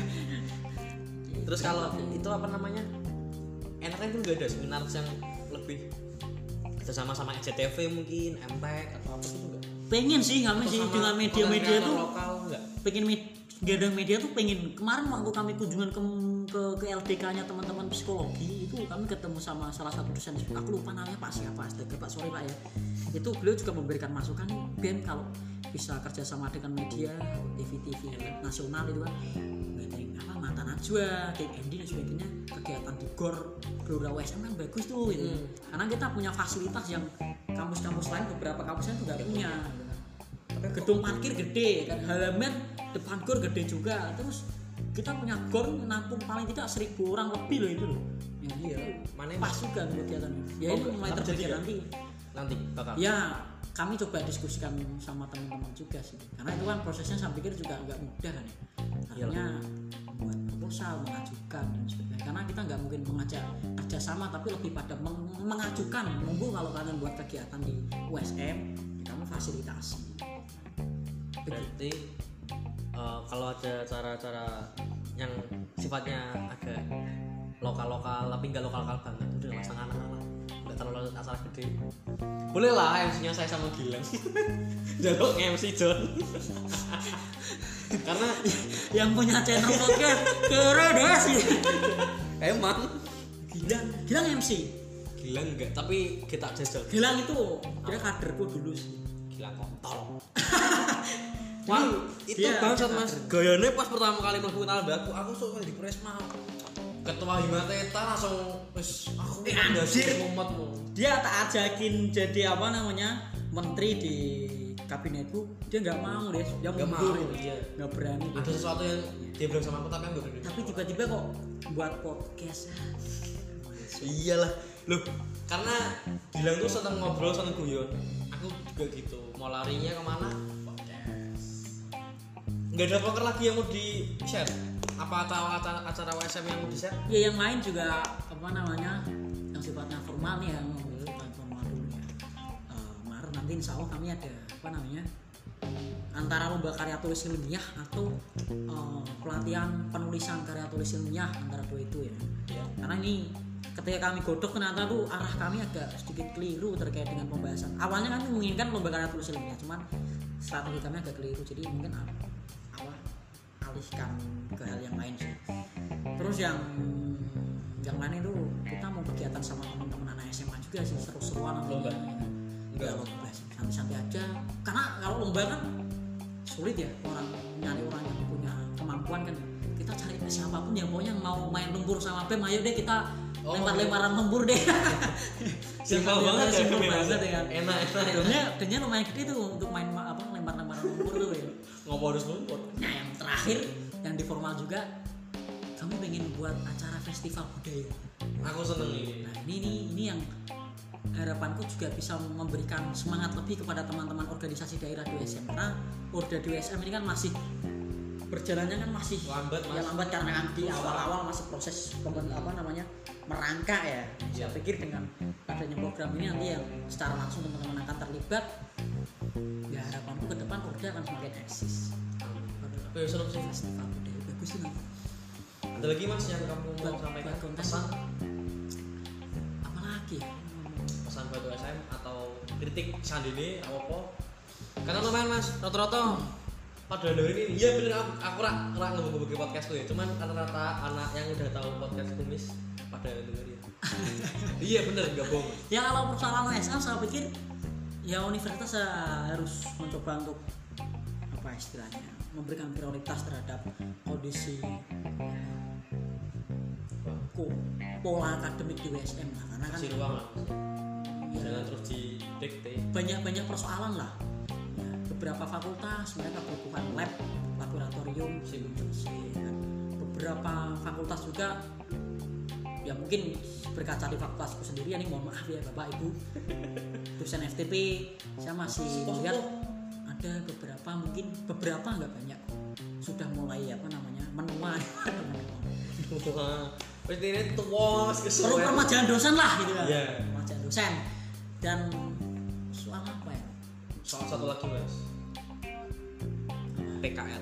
S1: terus kalau itu apa namanya? Enaknya itu nggak ada seminar yang lebih sama SCTV mungkin, MTEK atau apa gitu nggak?
S2: Pengen sih kami sih dengan media-media
S1: konten
S2: tuh
S1: lokal nggak?
S2: pengen gadang media tuh pengen. Kemarin waktu kami kunjungan ke LDK-nya teman-teman psikologi itu kami ketemu sama salah satu dosen, aku lupa namanya Pak siapa, Pak sorry Pak ya. Itu beliau juga memberikan masukan Ben kalau bisa kerjasama dengan media TV nasional itu kan ngadain apa Mata Najwa, Game Ending dan sebagainya, kegiatan di GOR Gelora USM kan bagus tuh gitu. Karena kita punya fasilitas yang kampus-kampus lain beberapa kampus lain tuh nggak punya gitu kan. Gedung parkir gede kan, halaman depan GOR gede juga, terus kita punya GOR nampung paling tidak 1.000 orang lebih loh itu loh. Ya,
S1: Iya, mana
S2: pas juga kegiatan ya itu mulai
S1: tapi
S2: terpikir
S1: jadi nanti bakal.
S2: ya kami coba diskusikan sama teman-teman juga sih, karena itu kan prosesnya saya pikir juga nggak mudah kan ya, artinya membuat proposal, mengajukan dan sebagainya, karena kita nggak mungkin mengajak kerjasama tapi lebih pada mengajukan, nunggu kalau kalian buat kegiatan di USM ya kami fasilitasi.
S1: Berarti kalau ada cara-cara yang sifatnya agak lokal-lokal tapi nggak lokal-lokal banget, udah nggak setengah-setengah, nggak terlalu acara gede, boleh lah MC-nya saya sama Gilang jaluk MC John karena
S2: Yang punya channel podcast keren deh sih.
S1: emang
S2: Gilang MC.
S1: Gilang enggak, tapi kita jajal.
S2: Gilang itu dia kaderku dulu sih.
S1: Gilang kontol. Wah, itu
S2: dia
S1: bangsat mas. Gayanya pas pertama kali mlebu aku sok di Presma. Ketua Himateta langsung wis aku
S2: anjir.
S1: umatmu.
S2: Dia tak ajakin jadi apa namanya menteri di kabinetku, dia nggak mau deh, dia
S1: Nggak
S2: mundur,
S1: mau, iya.
S2: nggak berani.
S1: Ada sesuatu yang dia bilang sama aku tapi aku enggak berani.
S2: Tapi tiba-tiba kok buat podcast.
S1: Iyalah, loh, karena Gilang tuh seneng ngobrol, seneng guyon. Aku juga gitu. Mau larinya kemana? Podcast. Nggak ada poker lagi yang mau di share? Apa atau acara WSM yang mau di share?
S2: Ya yang lain juga apa namanya yang sifatnya formal nih, yang sifatnya formal dulu ya. Maret nanti insya Allah kami ada apa namanya antara lomba karya tulis ilmiah atau pelatihan penulisan karya tulis ilmiah, antara dua itu ya. Karena ini ketika kami godok ternyata tuh arah kami agak sedikit keliru terkait dengan pembahasan. Awalnya kami menginginkan lomba karya tulis ilmiah, cuman strategi kami agak keliru, jadi mungkin alihkan ke hal yang lain sih. Terus yang lain itu kita mau kegiatan sama teman-teman anak SMA juga sih, seru-seruan nanti.
S1: Lomba?
S2: Enggak lomba sih, santai-santai aja. Karena kalau lomba kan sulit ya, nyari orang yang punya kemampuan kan. Kita cari siapapun yang pokoknya mau main lumpur sama BEM, ayo deh kita lempar-lemparan lumpur deh.
S1: Simpel banget ya,
S2: simpel banget ya kan.
S1: Enak.
S2: Denya lumayan gede tuh untuk main lempar-lemparan lumpur tuh ya.
S1: Ngopo harus lumpur?
S2: Nah yang terakhir yang di formal juga, kami pengen buat acara festival budaya.
S1: Aku seneng ini.
S2: Nah ini yang harapanku juga bisa memberikan semangat lebih kepada teman-teman organisasi daerah DWSM, karena Orda DWSM ini kan masih berjalannya kan masih
S1: lambat,
S2: ya lambat karena kan di awal-awal masih proses merangkak ya. Saya pikir dengan adanya program ini nanti yang secara langsung teman-teman akan terlibat, Ya harapanku ke depan Korda akan semakin eksis.
S1: Tapi seru sih.
S2: Festival budaya bagus sih nanti.
S1: Ada lagi mas yang kamu mau sampaikan
S2: konten.
S1: pesan?
S2: Apalagi ya?
S1: Pesan buat USM atau kritik sandine apa? Karena lumayan mas, rata-rata pada dengerin ini. Iya bener, aku rak ngebagi podcastku ya. Cuman rata-rata anak yang udah tahu podcast kumis pada dengerin. Iya bener, nggak bohong.
S2: Ya kalau persoalan USM saya pikir ya universitas harus mencoba untuk apa istilahnya memberikan prioritas terhadap kondisi pola akademik di USM lah, karena kan
S1: Kasih ruang lah.
S2: ya,
S1: Jangan terus didikte.
S2: banyak persoalan lah ya, beberapa fakultas mereka butuhkan lab laboratorium ya. Beberapa fakultas juga ya mungkin berkaca di fakultasku sendiri ya, ini mohon maaf ya Bapak Ibu dosen FTP, saya masih melihat ada beberapa nggak banyak sudah mulai menua
S1: Wes ini tua mas
S2: perlu permajaan dosen lah gitu kan.
S1: Iya.
S2: Permajaan dosen. Dan soal apa ya?
S1: Soal satu lagi mas, PKL.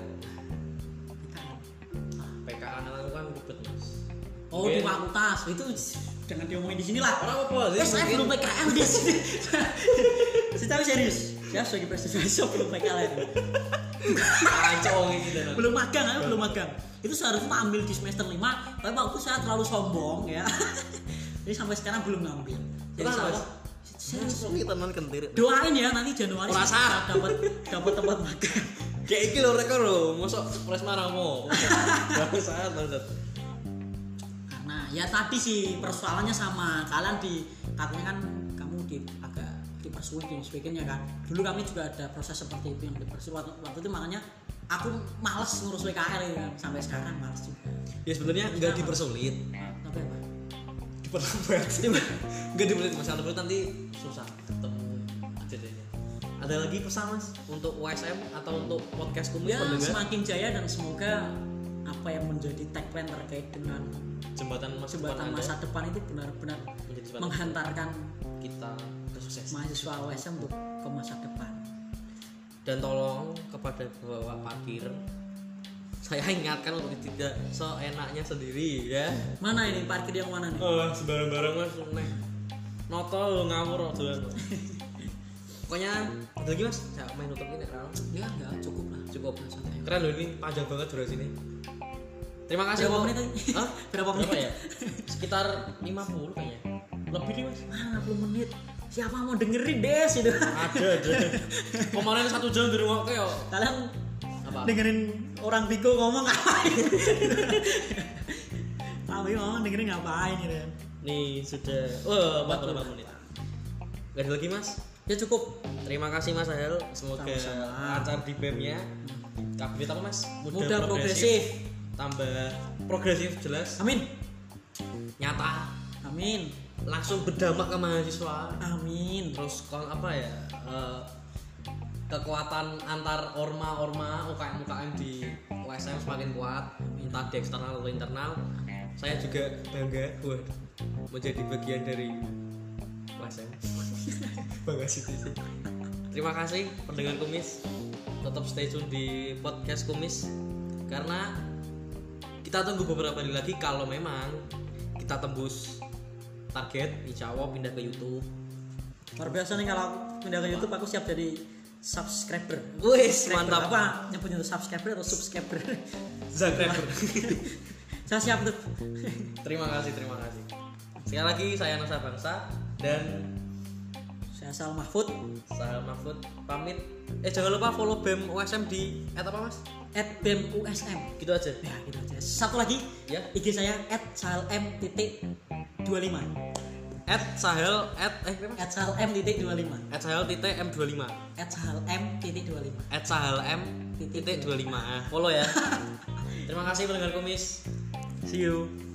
S1: PKL itu kan ribet mas.
S2: Oh di fakultas itu jangan diomongin di sini lah.
S1: Orang apa?
S2: Saya belum PKL di sini. Saya serius. Saya sebagai presiden belum PKL itu.
S1: Kacau gitu.
S2: Belum magang. Itu seharusnya ambil di semester 5, tapi waktu saya terlalu sombong ya. Jadi sampai sekarang belum ngambil. Jadi
S1: Saya teman kentir.
S2: doain ya nanti Januari
S1: Rasa
S2: dapat tempat magang.
S1: Kayak iki lho rekor lho, mosok pres maramo. Saat banget.
S2: Karena ya tadi sih persoalannya sama. Kalian katanya kan kamu agak dipersulit dan sebagainya kan. Dulu kami juga ada proses seperti itu yang dipersulit waktu itu, makanya aku males ngurus WKL ya kan. Sampai sekarang males juga.
S1: Ya sebenarnya enggak dipersulit.
S2: Tapi apa?
S1: Diperlambat. Enggak dipersulit Mas, kalau nanti susah ketemu aja. Ada lagi pesan Mas untuk USM atau untuk podcast kumis
S2: Ya
S1: pendengar?
S2: semakin jaya dan semoga apa yang menjadi tagline terkait dengan
S1: Jembatan
S2: masa depan itu benar-benar
S1: menjadi jembatan
S2: menghantarkan
S1: kita ke sukses.
S2: mahasiswa USM untuk ke masa depan.
S1: Dan tolong kepada Bapak parkir, saya ingatkan untuk tidak seenaknya sendiri ya.
S2: Mana ini parkir yang mana nih?
S1: Sembarang-barang Mas neh. Noto ngawur dolan. Pokoknya ada lagi Mas, saya main nutup ini kan.
S2: Ya enggak cukup lah.
S1: Cukup.
S2: Santai.
S1: Keren loh, ini panjang banget durasi ini. Terima kasih.
S2: Berapa menit tadi?
S1: Hah?
S2: Berapa menit?
S1: ya? Sekitar 50 kayaknya. Lebih nih Mas.
S2: 60 menit. Siapa mau dengerin Des itu?
S1: Ada. Kemarin 1 jam di rumah kayak
S2: Kalian
S1: apa?
S2: dengerin orang Tigo ngomong ngapain? Kami ngomong dengerin ngapain gitu kan?
S1: Nih sudah 48 menit. Gak ada lagi Mas?
S2: Ya cukup.
S1: Terima kasih Mas Ahel. Semoga
S2: Sama-sama.
S1: lancar di BEM-nya. Kabinet apa Mas?
S2: Mudah progresif.
S1: Tambah progresif jelas.
S2: Amin.
S1: Nyata.
S2: Amin.
S1: Langsung berdampak ke mahasiswa.
S2: Amin.
S1: Terus apa ya? Kekuatan antar orma UKM di USM semakin kuat, entah di eksternal atau internal. Saya juga bangga menjadi bagian dari USM. Bangga sih. Terima kasih pendengar Kumis. Tetap stay tune di podcast Kumis karena kita tunggu beberapa hari lagi. Kalau memang kita tembus target, insya Allah pindah ke YouTube.
S2: Luar biasa nih kalau aku pindah ke YouTube, aku siap jadi subscriber.
S1: Wih, mantap.
S2: Apa nyebutnya itu subscriber atau subscriber?
S1: Subscriber.
S2: Saya siap tuh.
S1: Terima kasih. Sekali lagi saya Nusa Bangsa dan
S2: Saya Sal Mahfud.
S1: saya Mahfud pamit. Jangan lupa follow BEM USM di @apa Mas?
S2: @BEM-USM.
S1: Gitu aja.
S2: Ya gitu aja. Satu lagi
S1: Ya.
S2: IG saya @salm.25.
S1: @sahel
S2: @salm.25.
S1: @sahel.m25
S2: @salm.25.
S1: @sahelm.25 follow ya. Terima kasih pendengar Kumis. See you.